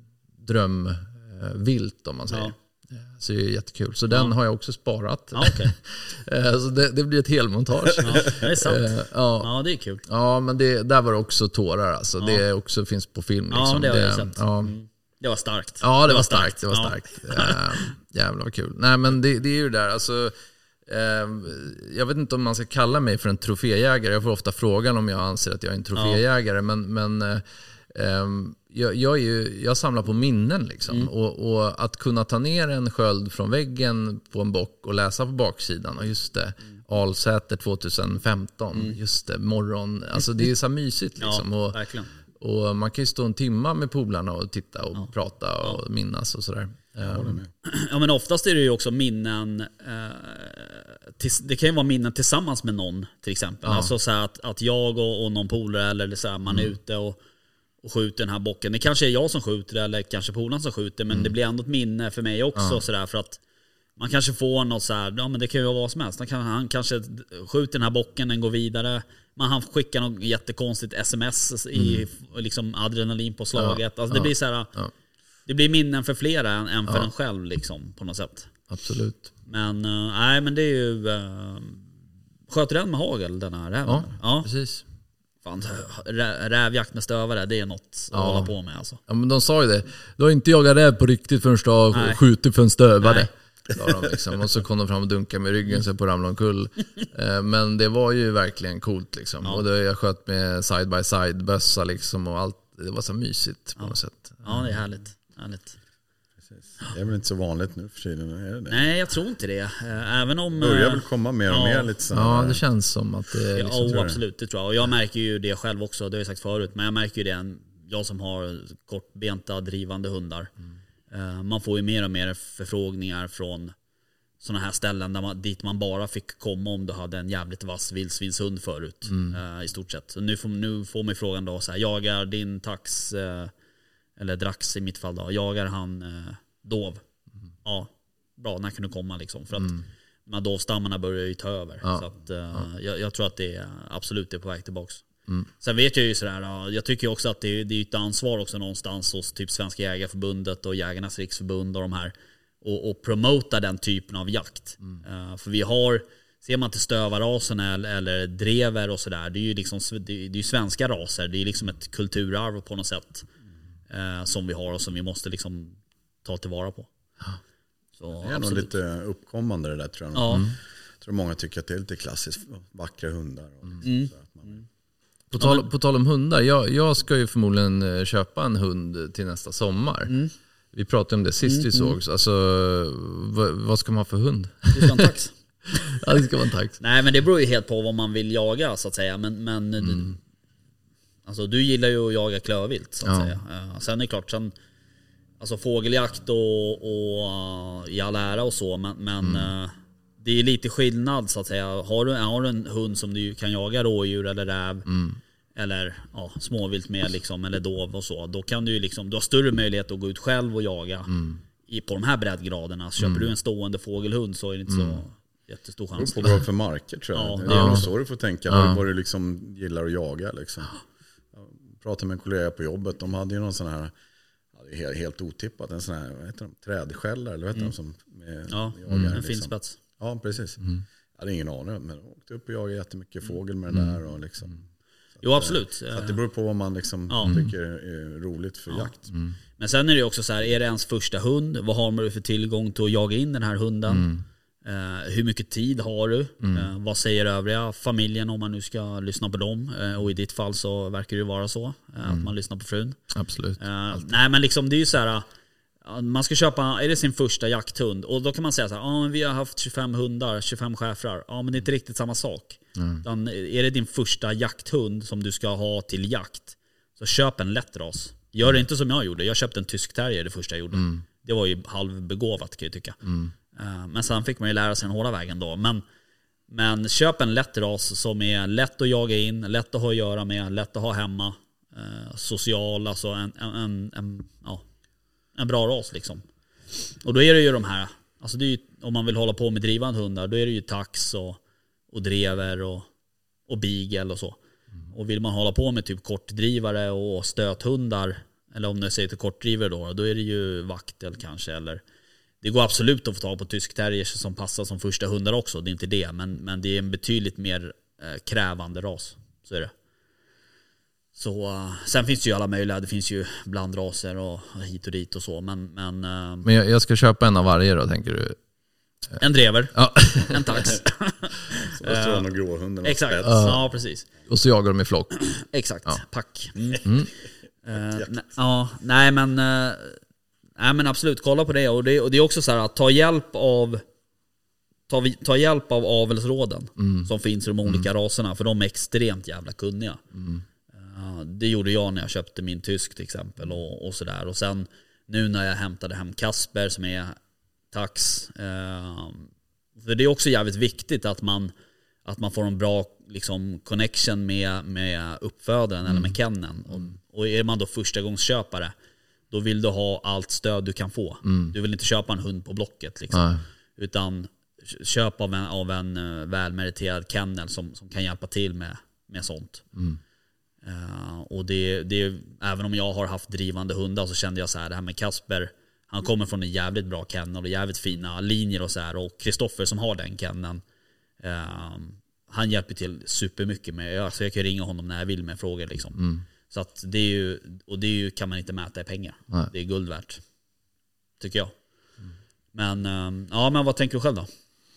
drömvilt om man säger. Ja. Så det är jättekul. Så den ja. har jag också sparat. Ja, okay. Så det, det blir ett helmontage. Ja, det är sant. Ja, ja det är kul. Ja, men det, där var det också tårar. Alltså. Ja. Det också finns på film. Liksom. Ja, det har det, jag sett. Ja. Mm. Det var starkt. Ja, det, det var starkt. starkt. Det var ja. starkt. Äh, jävlar vad kul. Nej, men det, det är ju det där. Alltså, eh, jag vet inte om man ska kalla mig för en troféjägare. Jag får ofta frågan om jag anser att jag är en troféjägare. Ja. Men... men eh, Jag, jag, är ju, jag samlar på minnen liksom. mm. och, och att kunna ta ner en sköld från väggen på en bock och läsa på baksidan och just det, mm. Alsäter tjugohundrafemton mm. just det, morgon, alltså det är så mysigt liksom. Ja, och, verkligen. och man kan ju stå en timma med polarna och titta och ja. prata och ja. minnas och sådär. Um. Ja, men oftast är det ju också minnen eh, till, det kan ju vara minnen tillsammans med någon till exempel, ja. alltså så här att, att jag och, och någon polare eller så här, man mm. är ute och och skjuter den här bocken. Det kanske är jag som skjuter eller kanske polaren som skjuter, men mm. det blir ändå ett minne för mig också ja. sådär, för att man kanske får något så här, ja men det kan ju vara vad som helst. Han, kan, han kanske skjuter den här bocken, den går vidare. Man han skickar något jättekonstigt sms i mm. liksom adrenalin på slaget. Ja. Alltså det ja. blir så här, ja. det blir minnen för flera än, än för ja. en själv liksom på något sätt. Absolut. Men uh, nej, men det är ju uh, sköter den med hagel den här räven? Ja, ja, precis. Fan, rävjakt med stövare, det är något att ja. hålla på med alltså. Ja, men de sa ju det. Du har inte jagat räv på riktigt förrän du har skjutit för en stövare. De liksom. Och så kom de fram och dunkade med ryggen så på ramla omkull. Men det var ju verkligen coolt liksom. Ja. Och det, jag sköt med side by side bössa liksom och allt. Det var så mysigt på ja. något sätt. Ja, det är härligt. härligt. Det är väl inte så vanligt nu för tiden, är det det? Nej, jag tror inte det. Även om... börjar väl komma mer och ja, mer lite så här. Ja, det känns som att det är liksom, ja, absolut, det tror jag. Och jag märker ju det själv också, det har jag sagt förut. Men jag märker ju det, jag som har kortbenta drivande hundar. Mm. Man får ju mer och mer förfrågningar från sådana här ställen där man, dit man bara fick komma om du hade en jävligt vass vildsvinshund förut. Mm. I stort sett. Så nu får, nu får man frågan då så här, jagar din tax... eller Drax i mitt fall då, jagar han eh, dov. Mm. Ja, bra, när kan du komma liksom? För att mm. de här dovstammarna börjar ju ta över. Ja. Så att, eh, ja. jag, jag tror att det är absolut är på väg tillbaks. Mm. Sen vet jag ju sådär, jag tycker också att det, det är ett ansvar också någonstans hos typ Svenska Jägarförbundet och Jägarnas Riksförbund och de här. Och, och promota den typen av jakt. Mm. Uh, för vi har, ser man till stövarasen eller, eller drever och sådär, det är ju liksom, det är ju svenska raser. Det är liksom ett kulturarv på något sätt. Eh, som vi har och som vi måste liksom ta tillvara på. Så, det är nog lite uppkommande det där tror jag. Ja. Mm. Jag tror många tycker att det är lite klassiskt, vackra hundar. Och mm. så att man... på, tal, på tal om hundar, jag, jag ska ju förmodligen köpa en hund till nästa sommar. Mm. Vi pratade om det sist mm. vi sågs. Alltså, vad, vad ska man ha för hund? Du ska ha en tax. Ja, det ska vara en tax. Nej, men det beror ju helt på vad man vill jaga så att säga. Men, men mm. alltså, du gillar ju att jaga klövvilt så att ja. säga. Sen är det klart, sen, alltså fågeljakt och, och i all ära och så, men, men mm. det är lite skillnad så att säga. Har du, har du en hund som du kan jaga rådjur eller räv mm. eller ja, småvilt med liksom, eller dov och så, då kan du ju liksom, du har större möjlighet att gå ut själv och jaga mm. i, på de här breddgraderna. Så köper mm. du en stående fågelhund så är det inte mm. så jättestor chans. Det beror på vad för marker tror jag. Ja, det är ja. så du får tänka ja. vad du liksom gillar att jaga liksom. Jag pratade med en kollega på jobbet, de hade ju någon sån här, helt, helt otippat, en sån här, vad heter de, trädskällare eller vad heter mm. de som med, ja, jagar, mm. en liksom. fin spets. Ja, precis. Mm. Jag hade ingen aning, men jag åkte upp och jagade jättemycket fågel med den där och liksom. Jo, absolut. Så att det beror på vad man liksom ja. tycker är roligt för ja. jakt. Mm. Men sen är det också så här, är det ens första hund? Vad har man för tillgång till att jaga in den här hunden? Mm. Uh, hur mycket tid har du? Mm. Uh, vad säger övriga familjen om man nu ska lyssna på dem? Uh, och i ditt fall så verkar det vara så. Uh, mm. Att man lyssnar på frun. Absolut. Uh, nej men liksom det är ju så här. Uh, man ska köpa, är det sin första jakthund? Och då kan man säga så här, ah, men vi har haft tjugofem hundar, tjugofem schäfrar. Ja ah, men det är inte riktigt samma sak. Mm. Utan är det din första jakthund som du ska ha till jakt, så köp en lätt ras. Gör det inte som jag gjorde. Jag köpte en tysk terrier det första jag gjorde. Mm. Det var ju halvbegåvat kan jag tycka. Mm. Men sen fick man ju lära sig den hårda vägen då. Men, men köp en lätt ras som är lätt att jaga in, lätt att ha att göra med, lätt att ha hemma. Eh, social, alltså en, en, en, en, ja, en bra ras liksom. Och då är det ju de här, alltså det är ju, om man vill hålla på med drivande hundar, då är det ju tax och, och drever och, och beagle och så. Mm. Och vill man hålla på med typ kortdrivare och stöthundar, eller om det säger till kortdrivare då, då är det ju vaktel kanske, eller det går absolut att få tag på tysk terriers som passar som första hundar också, det är inte det, men, men det är en betydligt mer eh, krävande ras, så är det. Så, uh, sen finns det ju alla möjliga, det finns ju blandraser och hit och dit och så, men men, uh, men jag, jag ska köpa en av varje då, tänker du? En drever, ja. En tax. Så det står någon gråhunden. Exakt, uh, ja precis. Och så jagar de i flock. Exakt, ja. Pack. Mm. Mm. Uh, n- ja, nej men uh, nej men absolut, kolla på det. Och det, och det är också så här att ta hjälp av ta, ta hjälp av avelsråden mm. som finns i de olika mm. raserna, för de är extremt jävla kunniga. Mm. Uh, det gjorde jag när jag köpte min tysk till exempel och, och sådär. Och sen nu när jag hämtade hem Kasper som är tax, uh, för det är också jävligt viktigt att man att man får en bra liksom connection med, med uppfödaren mm. eller med kenneln. Och, och är man då första gångs köpare, då vill du ha allt stöd du kan få. Mm. Du vill inte köpa en hund på Blocket liksom. Nej. Utan köp av en, av en uh, välmeriterad kennel som, som kan hjälpa till med, med sånt. Mm. Uh, och det, det, även om jag har haft drivande hundar så kände jag så här, det här med Kasper, han kommer från en jävligt bra kennel och jävligt fina linjer och så här. Och Kristoffer som har den kenneln, uh, han hjälper till supermycket med, alltså jag kan ringa honom när jag vill med frågor liksom. Mm. Så att det är ju, och det är ju, kan man inte mäta i pengar. Nej. Det är guld värt, tycker jag. Mm. Men um, ja, men vad tänker du själv då?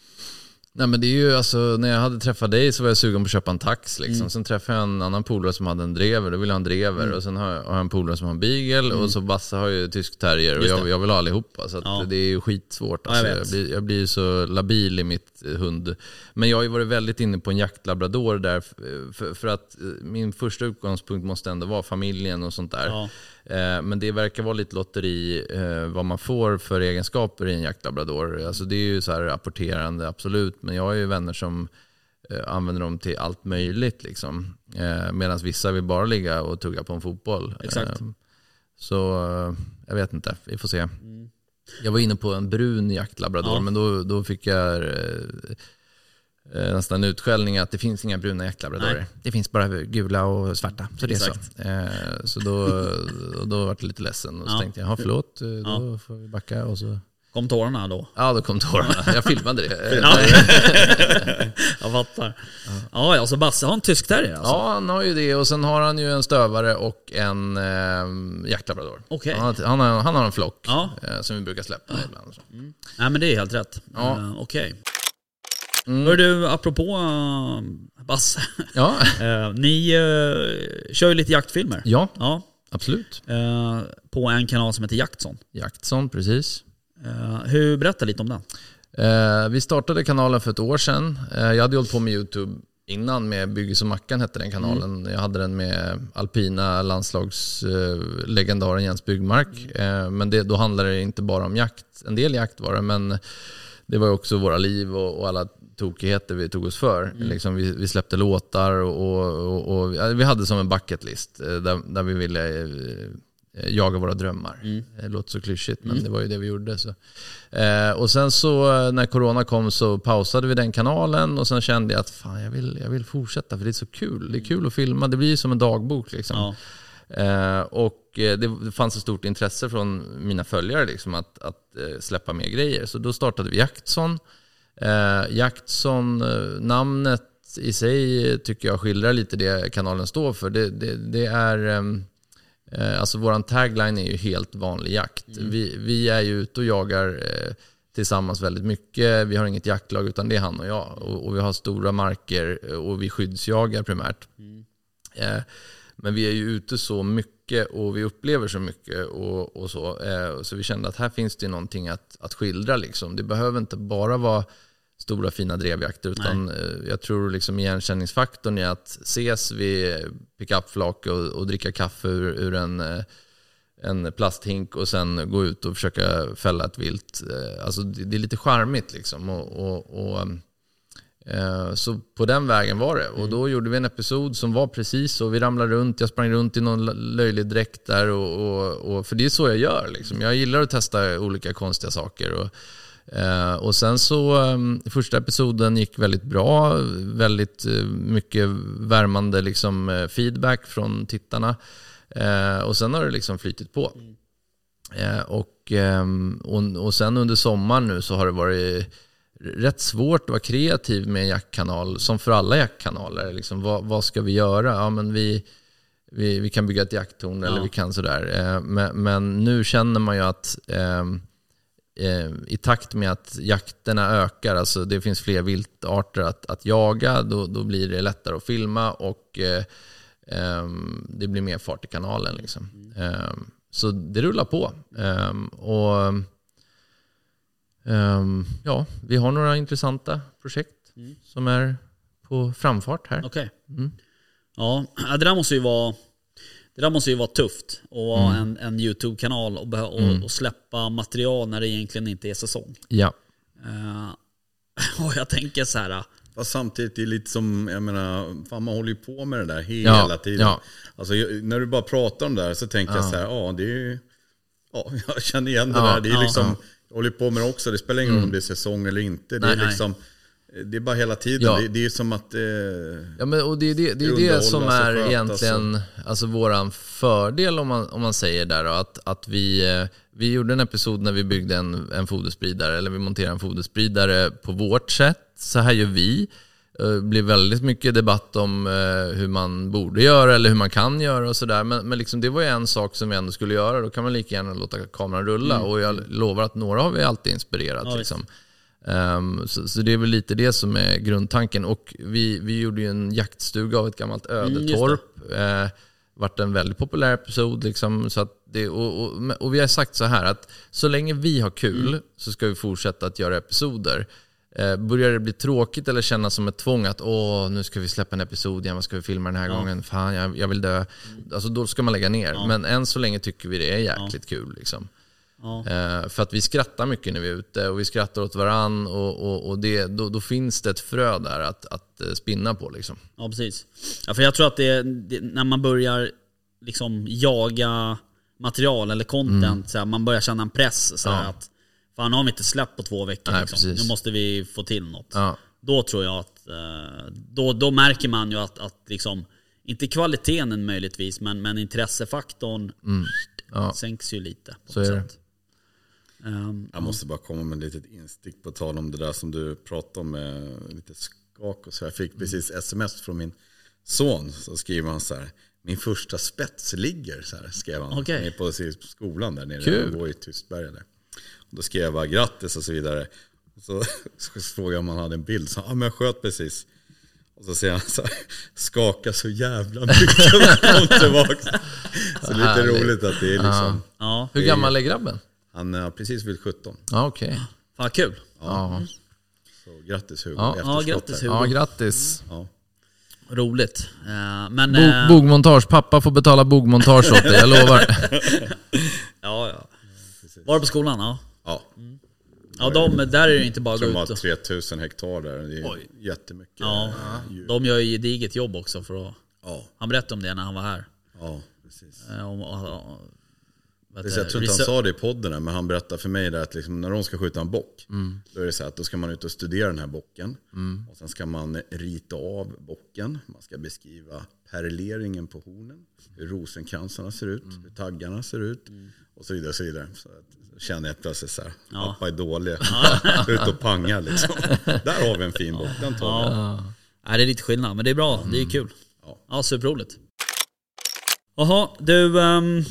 Nej men det är ju alltså, när jag hade träffat dig så var jag sugen på att köpa en tax liksom. Mm. Sen träffade jag en annan polare som hade en drever, då ville jag ha en drever. Mm. Och sen har jag, har jag en polare som har en beagle mm. och så Bassa har ju tysk terrier och jag, jag vill ha allihopa. Så att ja. det är ju skitsvårt alltså. ja, jag, jag, blir, jag blir så labil i mitt hund. Men jag har ju varit väldigt inne på en jaktlabrador där, för, för att min första utgångspunkt måste ändå vara familjen och sånt där. Ja. Men det verkar vara lite lotteri vad man får för egenskaper i en jaktlabrador. Alltså det är ju så här rapporterande, absolut. Men jag har ju vänner som använder dem till allt möjligt liksom. Medan vissa vill bara ligga och tugga på en fotboll. Exakt. Så jag vet inte, vi får se. Mm. Jag var inne på en brun jaktlabrador, ja. men då, då fick jag nästan utskällning att det finns inga bruna jaktlabradorer. Det finns bara gula och svarta. Så det är så. Eh, så då, då var det lite ledsen. Och så ja. tänkte jag, förlåt, då ja. får vi backa. Och så... Kom tårarna då? Ja, då kom tårarna. Jag filmade det. Ja. Jag fattar. Ja, alltså Basse har en tysk terrier alltså. Ja, han har ju det. Och sen har han ju en stövare och en eh, jaktlabrador. Okay. Han, han, har, han har en flock ja. eh, som vi brukar släppa ibland. Så. Mm. Nej, men det är helt rätt. Ja. Uh, Okej. Okay. Mm. Hör du, apropå uh, Basse. Ja. uh, ni uh, kör ju lite jaktfilmer. Ja, ja. absolut. Uh, på en kanal som heter Jaktson. Jaktson, precis. Uh, hur, berätta lite om den. Eh, vi startade kanalen för ett år sedan. Eh, jag hade hållit på med YouTube innan med Bygges och Mackan hette den kanalen. Mm. Jag hade den med alpina landslagslegendaren eh, Jens Byggmark. Eh, men det, då handlade det inte bara om jakt. En del jakt var det, men det var också våra liv och, och alla tokigheter vi tog oss för. Mm. Liksom vi, vi släppte låtar och, och, och, och ja, vi hade som en bucket list eh, där, där vi ville eh, jaga våra drömmar. Mm. Det låter så klyschigt, men mm. det var ju det vi gjorde. Så. Eh, och sen så när corona kom så pausade vi den kanalen och sen kände jag att fan, jag, vill, jag vill fortsätta för det är så kul. Det är kul att filma, det blir ju som en dagbok liksom. Ja. Eh, och det, det fanns ett stort intresse från mina följare liksom, att, att eh, släppa mer grejer. Så då startade vi Jaktson. Eh, Jaktson, eh, namnet i sig tycker jag skildrar lite det kanalen står för. Det, det, det är... Eh, Alltså våran tagline är ju helt vanlig jakt. Mm. Vi, vi är ju ute och jagar eh, tillsammans väldigt mycket. Vi har inget jaktlag utan det är han och jag. Och, och vi har stora marker och vi skyddsjagar primärt. Mm. Eh, men vi är ju ute så mycket och vi upplever så mycket och, och så. Eh, så vi kände att här finns det någonting att, att skildra liksom. Det behöver inte bara vara stora fina drevjakter utan eh, jag tror liksom igenkänningsfaktorn är att ses vid pick-up-flak och, och dricka kaffe ur, ur en, en plasthink och sen gå ut och försöka fälla ett vilt. Eh, alltså det, det är lite charmigt liksom och, och, och eh, så på den vägen var det och då gjorde vi en episod som var precis så. Vi ramlade runt, jag sprang runt i någon löjlig dräkt där och, och, och för det är så jag gör liksom. Jag gillar att testa olika konstiga saker och Uh, och sen så um, första episoden gick väldigt bra, väldigt uh, mycket värmande liksom, uh, feedback från tittarna uh, och sen har det liksom flytit på uh, och, um, och, och sen under sommaren nu så har det varit rätt svårt att vara kreativ med en jaktkanal som för alla jaktkanaler liksom, vad, vad ska vi göra? Ja, men vi, vi, vi kan bygga ett jakttorn ja. Eller vi kan sådär uh, men, men nu känner man ju att um, i takt med att jakterna ökar, alltså det finns fler viltarter att, att jaga, då, då blir det lättare att filma och eh, eh, det blir mer fart i kanalen liksom. Eh, så det rullar på eh, och eh, ja, vi har några intressanta projekt mm. som är på framfart här. Okej. Okay. Mm. Ja, det där måste ju vara Det där måste ju vara tufft att vara mm. en, en YouTube-kanal och, och, mm. och släppa material när det egentligen inte är säsong. Ja. Uh, och jag tänker så här. Fast samtidigt är det lite som, jag menar, fan man håller ju på med det där hela ja. tiden. Ja. Alltså när du bara pratar om det där så tänker ja. jag så här, ja det är ju, ja jag känner igen det ja. där. Det är ja. liksom, ja. jag håller på med det också, det spelar ingen roll mm. om det är säsong eller inte. Det nej, är liksom... Nej. Det är bara hela tiden. Ja. Det, det är som att... Eh, ja, men, och det är det, det, är det som är sköt, egentligen alltså. Alltså, våran fördel om man, om man säger där. Då, att, att vi, vi gjorde en episod när vi byggde en, en foderspridare. Eller vi monterade en foderspridare på vårt sätt. Så här gör vi. Det blir väldigt mycket debatt om eh, hur man borde göra eller hur man kan göra och sådär. Men, men liksom, det var ju en sak som vi ändå skulle göra. Då kan man lika gärna låta kameran rulla. Mm. Och jag lovar att några har vi alltid inspirerat. Ja, liksom. Um, så, så det är väl lite det som är grundtanken. Och vi, vi gjorde ju en jaktstuga av ett gammalt ödetorp. Mm, uh, vart en väldigt populär episod liksom, så att det, och, och, och vi har sagt så här att så länge vi har kul mm. så ska vi fortsätta att göra episoder. uh, Börjar det bli tråkigt eller kännas som ett tvång att åh, nu ska vi släppa en episod igen, vad ska vi filma den här ja. gången, fan jag, jag vill dö mm. Alltså då ska man lägga ner ja. Men än så länge tycker vi det är jäkligt ja. kul liksom. Ja. Uh, för att vi skrattar mycket när vi är ute och vi skrattar åt varann och, och, och det, då, då finns det ett frö där att, att spinna på liksom. Ja, precis. Ja, för jag tror att det, det när man börjar liksom jaga material eller content mm. så här, man börjar känna en press så här, ja. att fan har vi inte släppt på två veckor. Nej, liksom. Nu måste vi få till något. Ja. Då tror jag att då, då märker man ju att, att liksom, inte kvaliteten möjligtvis men, men intressefaktorn mm. ja. sänks ju lite på så är sätt. Um, jag måste bara komma med ett litet instick på tal om det där som du pratade om med lite skak och så. Jag fick precis sms från min son, så skriver han så här: min första spets ligger så här, skrev han okay. på skolan där nere. Cool. Jag går i Tystberga där. Och då skrev jag bara grattis och så vidare. Och så, så frågade jag om han hade en bild. Så ja, men jag sköt precis. Och så säger han så här, skaka så jävla mycket. Så lite härligt. Roligt att det är liksom. Ja. Hur gammal är grabben? Han har precis fyllt sjutton. Ja, okej. Okay. Fan kul. Ja. Så grattis Hugo. Ja. Ja, grattis Hugo. Ja, grattis. Ja. Roligt. Uh, men, Bo- uh, bogmontage. Pappa får betala bogmontage åt dig, jag lovar. ja, ja. Var det på skolan? Ja. Ja. Ja, de, där är det ju inte bara att gå De har ut. Och, tre tusen hektar där. Det är Oj. jättemycket. ja, djur. de gör ju gediget jobb också för att... Ja. Han berättade om det när han var här. Ja, precis. Uh, om, och, och, Det är, jag tror inte han sa det i podden, men han berättade för mig där att liksom, när de ska skjuta en bock, mm. då är det så att då ska man ut och studera den här bocken. Mm. Och sen ska man rita av bocken. Man ska beskriva perleringen på hornen, hur rosenkransarna ser ut, mm. hur taggarna ser ut mm. och så vidare. Och så vidare. Så att, känner jag plötsligt så här, ja. Pappa är dålig. Ut och panga liksom. Där har vi en fin bock, den tar vi. Ja. Ja, det är lite skillnad, men det är bra, mm. det är kul. Ja, ja superroligt. Jaha, du... Um,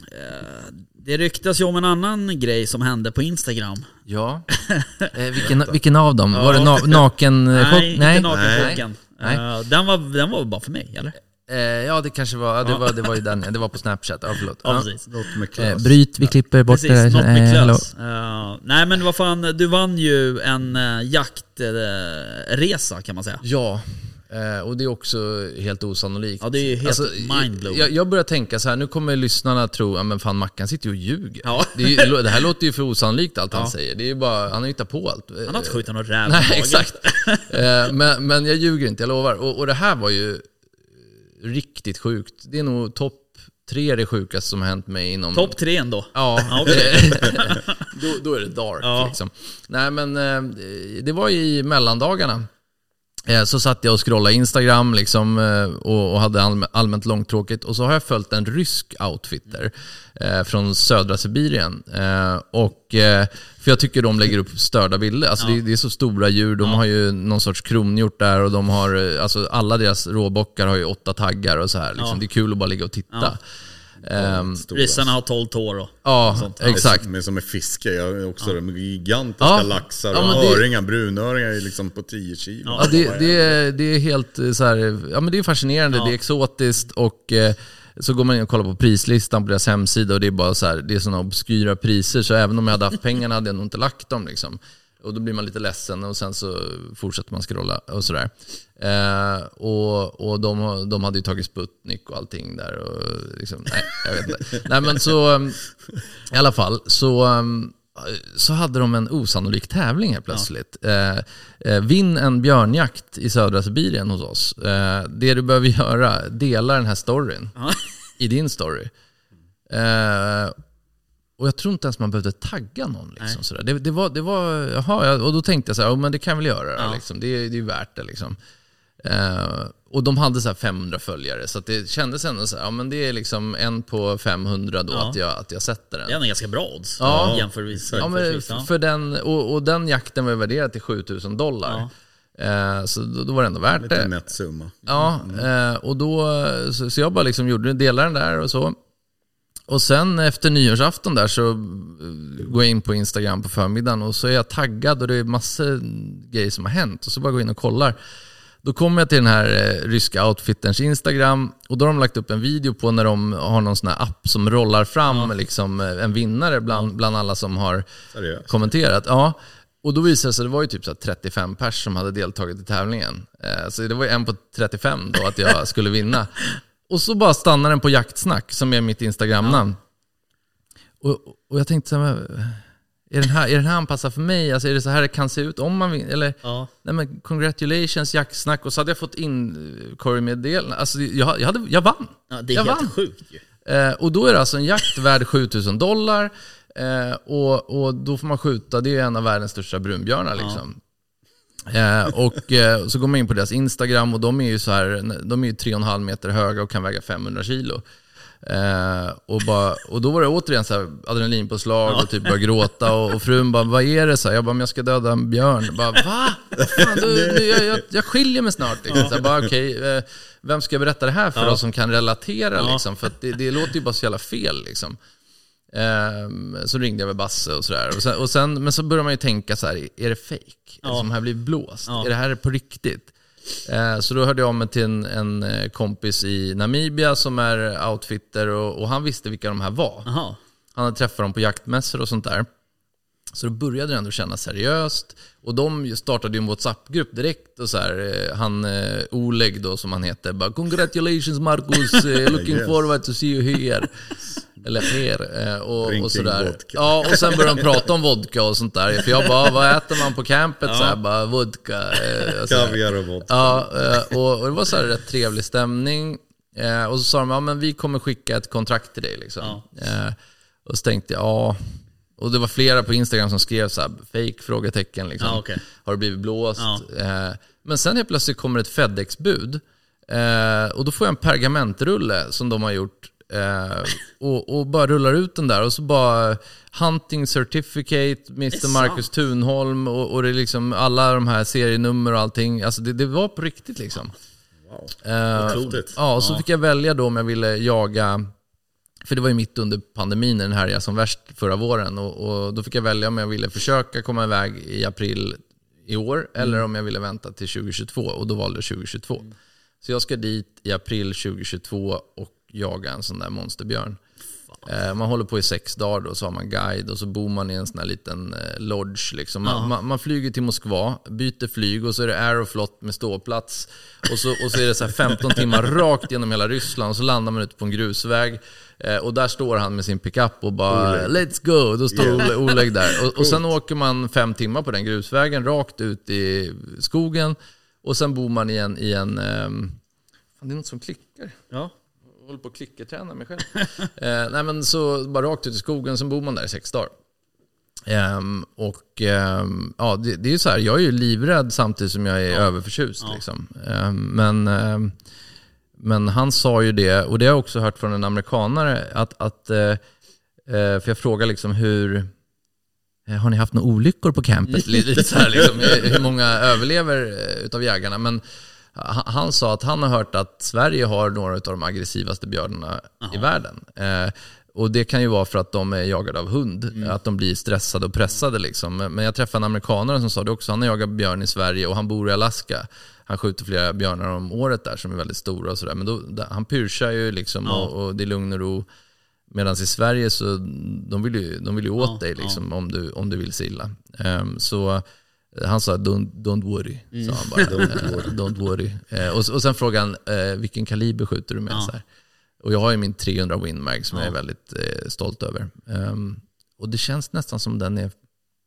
det ryktas ju om en annan grej som hände på Instagram. Ja. Eh, vilken, vilken av dem? Ja. Var det na- naken Nej, chock? Nej, inte nakenchocken. Uh, den, var, den var bara för mig, eller? Eh, ja, det kanske var, ja. det var det var ju den. Det var på Snapchat. Ja, förlåt. Ja, precis. Eh, bryt, vi klipper bort precis, det. Något med eh, uh, nej, men vad fan, du vann ju en uh, jaktresa uh, kan man säga. Ja. Eh, och det är också helt osannolikt. Ja, det är ju helt alltså, mindblowing. Jag, jag börjar tänka så här, nu kommer lyssnarna tro, ja men fan Mackan sitter ju och ljuger. Ja. Det, är, det här låter ju för osannolikt allt ja. Han säger. Det är ju bara, han har hittat på allt. Han har inte skjutit någon räv. Nej, exakt. eh, men, men jag ljuger inte, jag lovar. Och, och det här var ju riktigt sjukt. Det är nog topp tre det sjukaste som har hänt mig inom... Topp tre ändå? Ja, okay. då, då är det dark ja. Liksom. Nej men eh, det var i mellandagarna. Så satt jag och scrollade Instagram liksom, och hade allmänt långtråkigt. Och så har jag följt en rysk outfitter eh, från södra Sibirien. Eh, och, eh, för jag tycker de lägger upp störda bilder. Alltså, ja. det, det är så stora djur. De ja. Har ju någon sorts kronhjort där. Och de har, alltså, alla deras råbockar har ju åtta taggar och så här. Liksom. Ja. Det är kul att bara ligga och titta. Ja. Um, Ryssarna har tolv tår och ja, sånt. exakt. Men som är fiske, jag är också ja. De gigantiska ja. Laxar och ja, det... öringar, brunöringar är liksom på tio kilo. Ja, det, det, är, det är helt så här, ja men det är fascinerande, ja. Det är exotiskt och eh, så går man in och kollar på prislistan på deras hemsida och det är bara så här, det är såna obskyra priser så även om jag hade haft pengarna hade jag nog inte lagt dem liksom. Och då blir man lite ledsen och sen så fortsätter man scrolla och sådär. Eh, och och de, de hade ju tagit Sputnik och allting där. Och liksom, nej, jag vet inte. Nej, men så i alla fall så, så hade de en osannolik tävling här plötsligt. Ja. Eh, vinn en björnjakt i södra Sibirien hos oss. Eh, det du behöver göra, dela den här storyn ja. I din story. Eh, Och jag tror inte ens man behövde tagga någon. Liksom, sådär. Det, det var, det var, jaha, och då tänkte jag så här, oh, men det kan jag väl göra. Ja. Liksom. Det, det är ju värt det. Liksom. Uh, och de hade så här femhundra följare. Så att det kändes ändå så här, ja, men det är liksom en på femhundra då ja. att, jag, att jag sätter den. Det är en ganska bra odds. Ja. Jämförvis. Ja, men för den, och, och den jakten var värderad till sjutusen dollar. Ja. Uh, så då, då var det ändå värt lite det. Mätt summa. Ja, uh, och då, så, så jag bara liksom gjorde det, delade den där och så. Och sen efter nyårsafton där så går jag in på Instagram på förmiddagen och så är jag taggad och det är massor grejer som har hänt och så bara går jag in och kollar. Då kommer jag till den här eh, ryska outfitterns Instagram och då har de lagt upp en video på när de har någon sån här app som rollar fram ja. liksom, en vinnare bland, bland alla som har Seriöst? kommenterat. Ja. Och då visade det sig, det var ju typ så här trettiofem pers som hade deltagit i tävlingen. Eh, så det var ju en på trettiofem då att jag skulle vinna. Och så bara stannar den på jaktsnack som är mitt Instagram-namn. Ja. Och, och jag tänkte så här, är den här, är den här anpassad för mig? Alltså är det så här det kan se ut om man vill? Eller, ja. Nej men congratulations jaktsnack. Och så hade jag fått in Corey-meddelande. Alltså jag, jag, hade, jag vann. Ja, det är jag helt vann. Sjukt ju. Eh, och då är det alltså en jakt värd sjutusen dollar. Eh, och, och då får man skjuta, det är en av världens största brunbjörnar liksom. Ja. Eh, och eh, så går man in på deras Instagram och de är ju så här, de är ju tre och en halv meter höga och kan väga femhundra kilo. Eh, och, bara, och då var det återigen så här adrenalinpåslag ja. Och typ började gråta och, och frun bara, vad är det? Så här, jag bara, men jag ska döda en björn. Bara, va? Fan, du, du, jag, jag, jag skiljer mig snart. Liksom. Ja. Så här, bara, okay, eh, vem ska jag berätta det här för ja. Då som kan relatera? Ja. Liksom? För att det, det låter ju bara så jävla fel liksom. Um, så ringde jag med Basse och sådär och sen, och sen, men så börjar man ju tänka så här, är det fake? Ja. Är det som här blir blåst? Ja. Är det här på riktigt? Uh, så då hörde jag av mig till en, en kompis i Namibia som är outfitter och, och han visste vilka de här var. Aha. Han hade träffat dem på jaktmässor och sånt där. Så då började det ändå kännas seriöst. Och de startade ju en WhatsApp-grupp direkt. Och så här, han eh, Oleg då som han heter. Bara, congratulations Marcus, eh, looking yes. forward to see you here. Eller här. Eh, och, och sådär. Vodka. Ja, och sen började de prata om vodka och sånt där. För jag bara, vad äter man på campet? Ja. Så här, bara, vodka. Eh, Kaviar och vodka. Ja, eh, och, och det var så här rätt trevlig stämning. Eh, och så sa de, ja men vi kommer skicka ett kontrakt till dig liksom. Ja. Eh, och så tänkte jag, ja... Och det var flera på Instagram som skrev så här, fake frågetecken liksom. Ah, okay. Har det blivit blåst? Ah. Eh, men sen helt plötsligt kommer ett FedEx-bud. Eh, och då får jag en pergamentrulle som de har gjort. Eh, och, och bara rullar ut den där. Och så bara hunting certificate, mister Marcus Thunholm. Och, och det är liksom alla de här serienummer och allting. Alltså det, det var på riktigt liksom. Wow. Eh, ja, och så fick jag välja då om jag ville jaga... För det var ju mitt under pandemin när den här jag som värst förra våren. Och, och då fick jag välja om jag ville försöka komma iväg i april i år. Mm. Eller om jag ville vänta till tjugo tjugotvå. Och då valde jag tjugo tjugotvå. Mm. Så jag ska dit i april tjugo tjugotvå och jaga en sån där monsterbjörn. Eh, man håller på i sex dagar då, så har man guide. Och så bor man i en sån här liten eh, lodge liksom. man, uh-huh. man, man flyger till Moskva, byter flyg. Och så är det Aeroflot med ståplats. Och så, och så är det så här femton timmar rakt genom hela Ryssland. Och så landar man ute på en grusväg. Eh, och där står han med sin pickup och bara, Oleg. Let's go. Då står yeah. Oleg där. Och, och sen åker man fem timmar på den grusvägen rakt ut i skogen. Och sen bor man i en, i en um, fan, det är något som klickar. Ja. Jag håller på att klickerträna mig själv. eh, nej men så bara rakt ut i skogen. Sen bor man där i sex dagar. Um, och um, ja, det, det är ju så här, jag är ju livrädd samtidigt som jag är ja. överförtjust ja. liksom. um, men um, men han sa ju det, och det har jag också hört från en amerikanare att, att uh, uh, för jag frågar liksom hur uh, har ni haft några olyckor på campet? Lite så här liksom, hur många överlever uh, utav jägarna, men uh, han sa att han har hört att Sverige har några av de aggressivaste björnarna Aha. i världen. Uh, Och det kan ju vara för att de är jagade av hund. Mm. Att de blir stressade och pressade liksom. Men jag träffade en amerikanare som sa det också. Han har jagat björn i Sverige och han bor i Alaska. Han skjuter flera björnar om året där som är väldigt stora och sådär. Men då, han pyrschar ju liksom ja. och, och det är lugn och ro. Medan i Sverige så de vill ju, de vill ju åt ja, dig liksom ja. om, du, om du vill se illa. Um, så han sa don't, don't worry. Mm. Sa han bara. don't worry. don't worry. Uh, och, och sen frågade han uh, vilken kaliber skjuter du med? Ja. Så här. Och jag har ju min trehundra Winmag som ja. jag är väldigt eh, stolt över. Um, och det känns nästan som den är...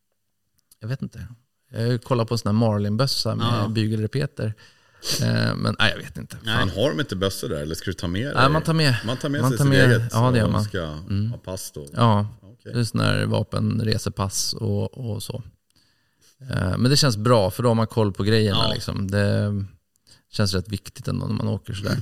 Jag vet inte. Jag kollar på såna Marlin-bössa med ja. bygelrepeter. Uh, men nej, jag vet inte. Man har de inte bössor där? Eller ska du ta med dig? Nej, man tar med. Man tar med man sig tar sitt med, eget. Ja, det gör man. Ska mm. ha pass då. Ja, okay. Det är sådana här vapenresepass och, och så. Uh, men det känns bra, för då har man koll på grejerna. Ja. Liksom. Det känns rätt viktigt ändå när man åker sådär.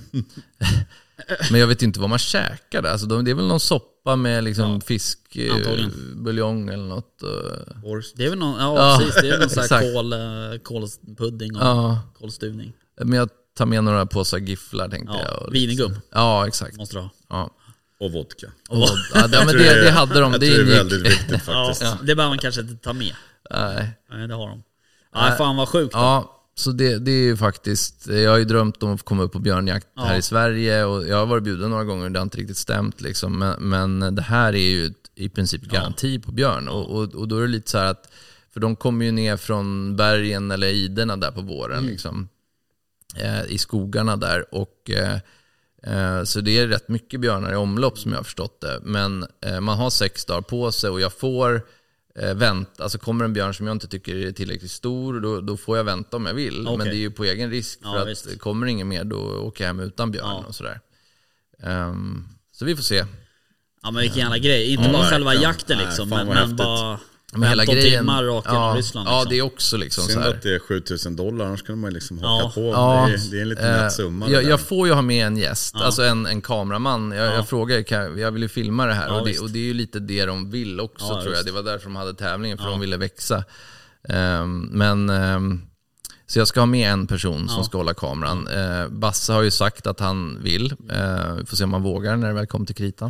Men jag vet inte vad man käkar där. Alltså, det är väl någon soppa med liksom ja, fisk, buljong eller något. Det är väl någon, ja, ja precis. Det är någon sån här kål, kålpudding och ja. kålstuvning. Men jag tar med några påsar gifflar tänkte ja, jag. Vinigum. Liksom. Ja, exakt. Måste du ha. Ja. Och vodka. Och vodka. Ja, det, men det, det hade de. Jag det tror det är väldigt viktigt faktiskt. Ja, det behöver man kanske inte ta med. Nej. Nej, det har de. Nej, fan vad sjukt. Ja. Så det, det är ju faktiskt, jag har ju drömt om att komma upp på björnjakt ja. här i Sverige, och jag har varit bjuden några gånger, det har inte riktigt stämt liksom. men, men det här är ju i princip garanti ja. på björn, och, och, och då är det lite så här att, för de kommer ju ner från bergen eller iderna där på våren mm. liksom, eh, i skogarna där, och eh, eh, så det är rätt mycket björnar i omlopp som jag har förstått det, men eh, man har sex dagar på sig och jag får vänta, alltså kommer en björn som jag inte tycker är tillräckligt stor, då, då får jag vänta om jag vill. Okay. Men det är ju på egen risk, för ja, att visst. kommer ingen mer, då åker jag hem utan björn ja. och sådär. Um, så vi får se. Ja, men vilken jävla grej. Inte mm. bara själva jakten liksom, Nej, men, men bara men hela grejen, timmar rakt genom ja, Ryssland. Liksom. Ja, det är också liksom synd så här. att det är sjutusen dollar, annars kan man liksom haka ja. på. Ja. Det, är, det är en liten nätt summa. Jag, jag får ju ha med en gäst, ja. alltså en, en kameraman. Jag, ja. jag frågar, kan, jag vill ju filma det här. Ja, och, det, och det är ju lite det de vill också, ja, tror jag. Det var därför de hade tävlingen, för ja. de ville växa. Um, men... Um, Så jag ska ha med en person som ja. ska hålla kameran. Eh, Basse har ju sagt att han vill. Eh, vi får se om man vågar när det väl kommer till kritan.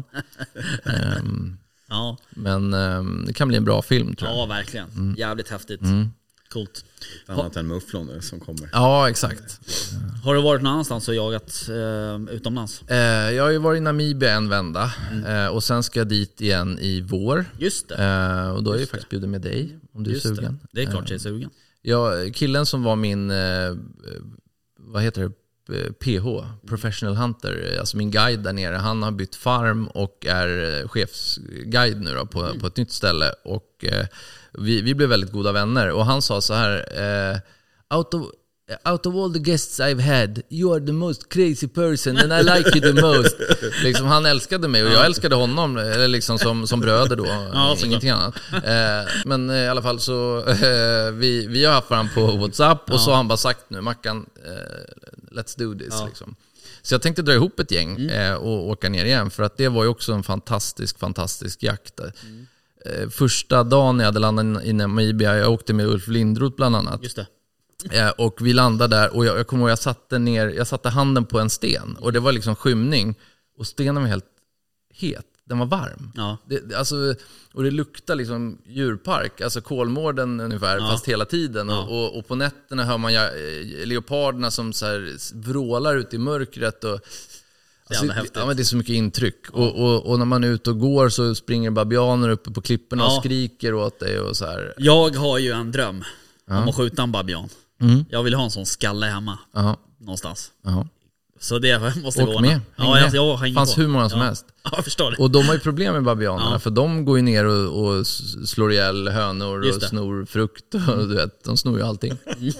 um, ja. Men um, det kan bli en bra film, tror jag. Ja, verkligen. Mm. Jävligt häftigt. Mm. coolt. Annat än mufflon som kommer. Ja, exakt. Har du varit någon annanstans och jagat eh, utomlands? Eh, jag har ju varit i Namibia en vända mm. eh, och sen ska jag dit igen i vår. Just det. Eh, och då är Just jag faktiskt bjuden med dig om du Just är sugen. Det, det är klart jag är sugen. Ja, killen som var min, eh, vad heter det, P H, Professional Hunter, alltså min guide där nere, han har bytt farm och är chefsguide nu då på, mm. på ett nytt ställe. Och eh, vi, vi blev väldigt goda vänner. Och han sa så här, eh, out of Out of all the guests I've had, you are the most crazy person and I like you the most. Liksom, han älskade mig och jag älskade honom, eller liksom som, som bröder då, ja, ingenting annat. Eh, men eh, i alla fall så, eh, vi, vi har haft varandra på WhatsApp och ja. så har han bara sagt nu, Mackan, eh, let's do this. Ja. Liksom. Så jag tänkte dra ihop ett gäng mm. eh, och åka ner igen, för att det var ju också en fantastisk, fantastisk jakt. Mm. Eh, första dagen jag hade landat i Namibia, jag åkte med Ulf Lindroth bland annat. Just det. Och vi landade där och jag, jag kommer ihåg jag satte ner, jag satte handen på en sten och det var liksom skymning och stenen var helt het, den var varm. Ja. Det, alltså, och det luktade liksom djurpark, alltså Kolmården ungefär, ja. fast hela tiden. Ja. Och, och på nätterna hör man ja, leoparderna som så här vrålar ut i mörkret. Och, alltså, det, ja, men det är så mycket intryck. Ja. Och, och, och när man är ute och går så springer babianer uppe på klipporna ja. och skriker åt dig och så här. Jag har ju en dröm ja. om att skjuta en babian. Mm. Jag vill ha en sån skalle hemma. Aha. Någonstans. Aha. Så det måste Åk gå med. Ja, jag, jag det fanns på. hur många som ja. helst. Ja, jag förstår det. Och de har ju problem med babianerna ja. för de går ju ner och, och slår ihjäl hönor och snor frukt och mm. du vet, de snor ju allting.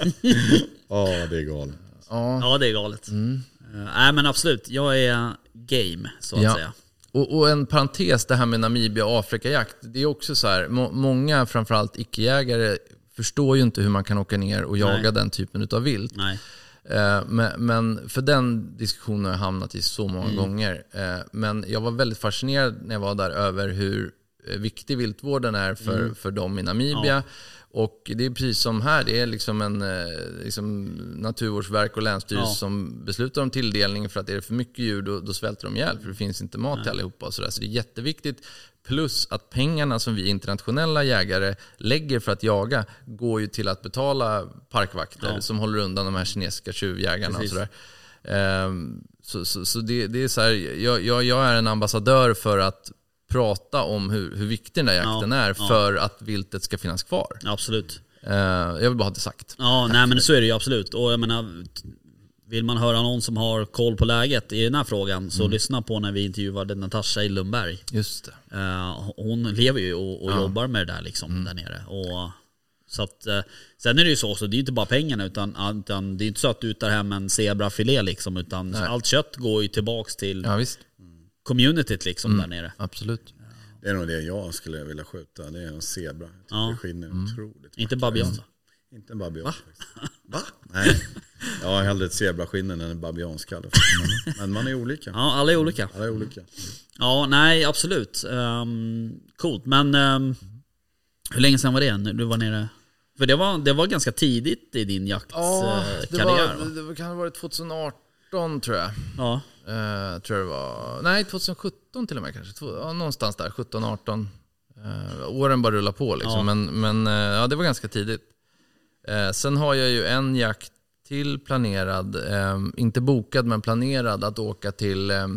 Ja, det är galet. Ja, ja det är galet. Mm. Uh, nej men absolut, jag är game så att ja. säga. Och, och en parentes, det här med Namibia och Afrikajakt, det är också så här, må, många framförallt icke-jägare förstår ju inte hur man kan åka ner och jaga Nej. den typen av vilt. Nej. Eh, men, men för den diskussionen har jag hamnat i så många mm. gånger. Eh, men jag var väldigt fascinerad när jag var där över hur viktig viltvården är för, mm. för dem i Namibia. Ja. Och det är precis som här, det är liksom en liksom Naturvårdsverk och länsstyrelse ja. som beslutar om tilldelning, för att är det för mycket djur då, då svälter de ihjäl, för det finns inte mat Nej. till allihopa och sådär. Så det är jätteviktigt. Plus att pengarna som vi internationella jägare lägger för att jaga går ju till att betala parkvakter ja. som håller undan de här kinesiska tjuvjägarna Precis. och sådär. Um, så så, så det, det är så här, jag, jag, jag är en ambassadör för att prata om hur, hur viktig den där jakten ja, är för ja. att viltet ska finnas kvar. Absolut. Uh, jag vill bara ha det sagt. Ja, nej men så är det ju absolut. Och jag menar, vill man höra någon som har koll på läget i den här frågan så mm. lyssna på när vi intervjuade Natasha i Lundberg. Just det. Uh, hon lever ju och, och ja. jobbar med det där liksom mm. där nere. Och så att, uh, sen är det ju så också, det är inte bara pengarna utan, utan det är inte så att du tar hem en zebrafilé liksom, utan allt kött går ju tillbaks till ja, visst. communityt liksom mm. där nere. Absolut. Det är nog det jag skulle vilja skjuta, det är en zebra. Ja. Det skiner mm. otroligt. Inte babian då? Inte en babian. Va? Va? Nej. Jag har hellre ett zebraskinnen än en babianskalle. Men man är olika. Ja, alla är olika. Alla är olika. Ja, nej, absolut. Um, coolt. Men um, hur länge sedan var det när du var nere? För det var, det var ganska tidigt i din jaktkarriär. Ja, det, var, det kan ha varit tjugoarton tror jag. Ja. Uh, tror jag det var. Nej, tjugosjutton till och med kanske. Ja, någonstans där, sjutton arton. Uh, åren bara rullar på liksom. Ja. Men, men uh, ja, det var ganska tidigt. Uh, sen har jag ju en jakt till planerad, uh, inte bokad men planerad, att åka till uh,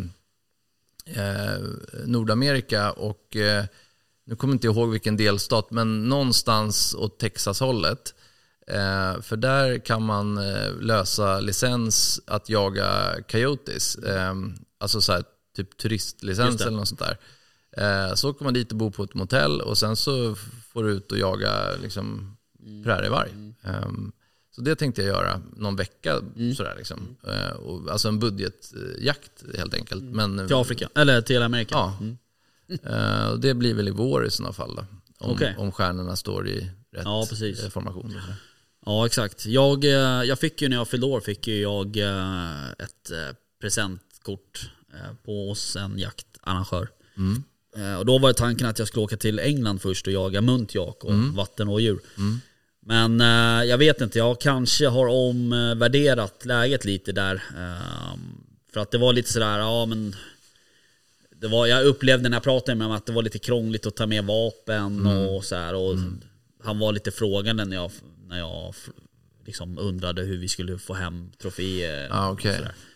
uh, Nordamerika och uh, nu kommer jag inte ihåg vilken delstat, men någonstans åt Texas-hållet. Uh, för där kan man uh, lösa licens att jaga coyotes. Uh, alltså så här, typ turistlicens eller något sånt där. Uh, så kommer man dit och bo på ett motell och sen så får du ut och jaga liksom mm. prärievarg. Mm. Um, så det tänkte jag göra någon vecka mm. sådär liksom. Uh, och, alltså en budgetjakt helt enkelt. Mm. Men, till Afrika, eller till Amerika. Ja. Mm. Uh, det blir väl i vår i sådana fall då. Om, okay. om stjärnorna står i rätt ja, formation. Ja, exakt. Jag, jag fick ju när jag fyllde år fick ju jag ett presentkort på oss, en jaktarrangör. Mm. Och då var tanken att jag skulle åka till England först och jaga muntjak och mm. vatten och djur. Mm. Men jag vet inte, jag kanske har omvärderat läget lite där. För att det var lite sådär, ja men... Det var, jag upplevde när jag pratade med dem att det var lite krångligt att ta med vapen mm. och så här. Och mm. han var lite frågande när jag, när jag liksom undrade hur vi skulle få hem troféer. Ah, okay.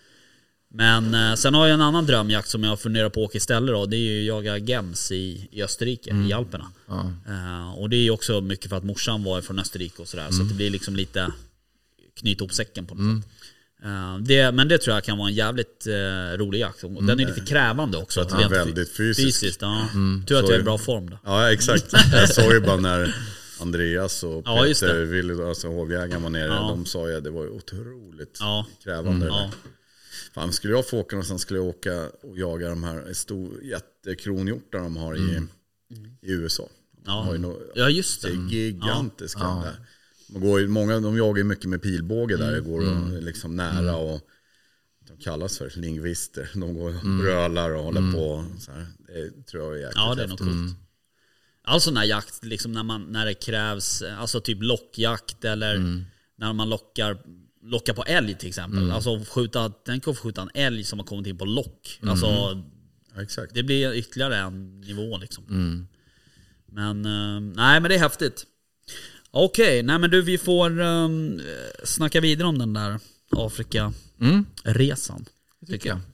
Men eh, sen har jag en annan drömjakt som jag funderar på att åka istället då. Det är ju jaga gems i, i Österrike, mm. i Alperna. Ah. eh, Och det är ju också mycket för att morsan var från Österrike och sådär. Mm. Så det blir liksom lite knyt ihop säcken på något mm. sätt. Uh, det, men det tror jag kan vara en jävligt uh, rolig jakt. Mm. Den är lite krävande också. Att det är väldigt fysiskt. fysiskt ja. mm. Tror att jag är i bra form då. Ja, exakt. Jag såg ju bara när Andreas och ja, Peter ville, alltså hovjägaren var nere. Ja. De sa ju att det var otroligt ja. krävande. Mm. Ja. Fan, skulle jag få åka någonstans skulle jag åka och jaga de här stor, jättekronhjortar de har i, mm. i U S A. De ja. har ju no, ja, just det. Det är gigantiska ja. där. De, går, många, de jagar ju mycket med pilbåge där. Det går mm. liksom nära mm. och de kallas för lingvister. De går och mm. brölar och håller mm. på. Så här. Det tror jag är jäkligt ja, det är något mm. coolt. Alltså när jakt, liksom när, man, när det krävs, alltså typ lockjakt eller mm. när man lockar, lockar på älg till exempel. Mm. Alltså skjuta, tänk att skjuta en älg som har kommit in på lock. Mm. Alltså, ja, exakt. Det blir ytterligare en nivå liksom. Mm. Men, uh, nej men det är häftigt. Okej, okay, nej men du, vi får um, snacka vidare om den där Afrika-resan. Mm. Tycker jag.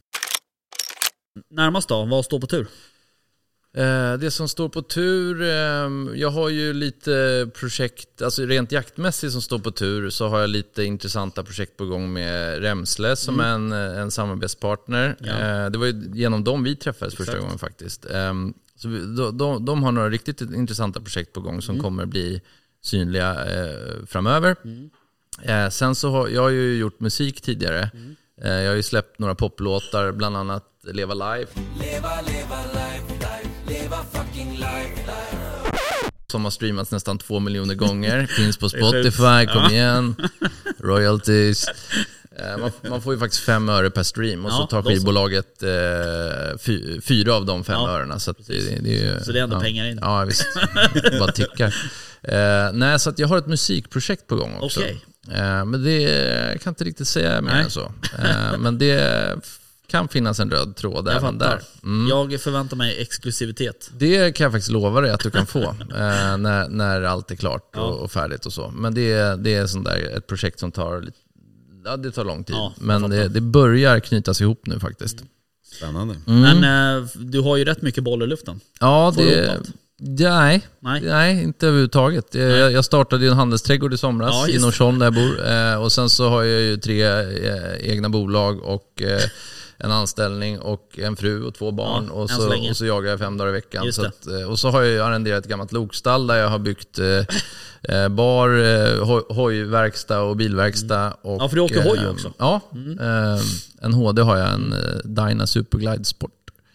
Närmast då, vad står på tur? Eh, det som står på tur, eh, jag har ju lite projekt, alltså rent jaktmässigt som står på tur så har jag lite intressanta projekt på gång med Remsle som mm. en, en samarbetspartner. Ja. Eh, det var ju genom dem vi träffades Exakt. första gången faktiskt. Eh, så vi, de, de, de har några riktigt intressanta projekt på gång som mm. kommer bli synliga eh, framöver. Mm. Eh, sen så har jag ju gjort musik tidigare. Mm. Eh, jag har ju släppt några poplåtar, bland annat Leva Live. Leva, leva life, life, leva fucking life, life. Som har streamats nästan två miljoner gånger. Finns på Spotify, kom ja. igen. Royalties. Eh, man, man får ju faktiskt fem öre per stream. Och ja, så tar skivbolaget eh, fy, fyra av de fem ja, örena. Så, att det, det är, så det är ändå ja, pengar in. Ja, visst. Bara tickar. Eh, nej, så att jag har ett musikprojekt på gång också. Okay. Eh, men det jag kan inte riktigt säga mer än så. Eh, men det kan finnas en röd tråd jag även där. Mm. Jag förväntar mig exklusivitet. Det kan jag faktiskt lova dig att du kan få eh, när, när allt är klart och, ja. och färdigt och så. Men det, det är sånt där, ett projekt som tar lite, ja, det tar lång tid. Ja, men det, det börjar knytas ihop nu faktiskt. Mm. Spännande. Mm. Men eh, du har ju rätt mycket boll i luften. Ja, det... Nej, nej, nej, inte överhuvudtaget. Nej. Jag, jag startade ju en handelsträdgård i somras ja, i Norsholm där jag bor. Eh, och sen så har jag ju tre eh, egna bolag och eh, en anställning och en fru och två barn. Ja, och, så, och så jagar jag fem dagar i veckan. Så att, och så har jag ju arrenderat ett gammalt lokstall där jag har byggt eh, bar, eh, hoj, hojverkstad och bilverkstad. Mm. Och, ja, för du åker hoj också. Eh, ja, mm. eh, en H D har jag, en eh, Dyna Superglide Sport.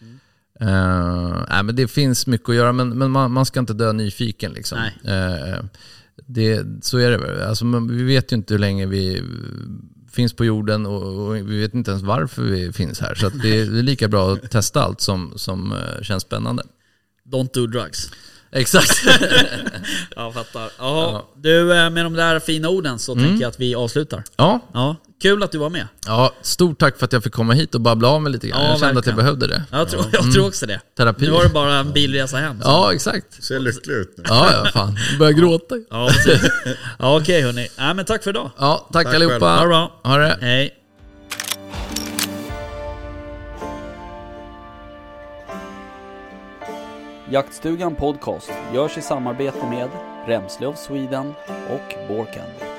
Uh, nej, men det finns mycket att göra, men, men man, man ska inte dö nyfiken liksom. Uh, det, så är det. Alltså, man, vi vet ju inte hur länge vi finns på jorden och, och vi vet inte ens varför vi finns här. Så att det, är, det är lika bra att testa allt som, som uh, känns spännande. Don't do drugs. Exakt. Jag fattar. Ja, du, med de där fina orden så mm. tänker jag att vi avslutar. Ja. Ja. Kul att du var med. Ja, stort tack för att jag fick komma hit och babbla av mig lite grann. Ja, jag kände verkligen att jag behövde det. Jag tror, jag tror också det. Terapi. Nu var det bara en bilresa hem. Så. Ja, exakt. Ser lycklig ut nu. Ja, ja, fan. Jag börjar gråta. Ja, ja okej hörni. Ja, men tack för idag. Ja, tack, tack allihopa. Ha det bra. Ha det. Hej. Jaktstugan Podcast görs i samarbete med Remsle of Sweden och Borkan.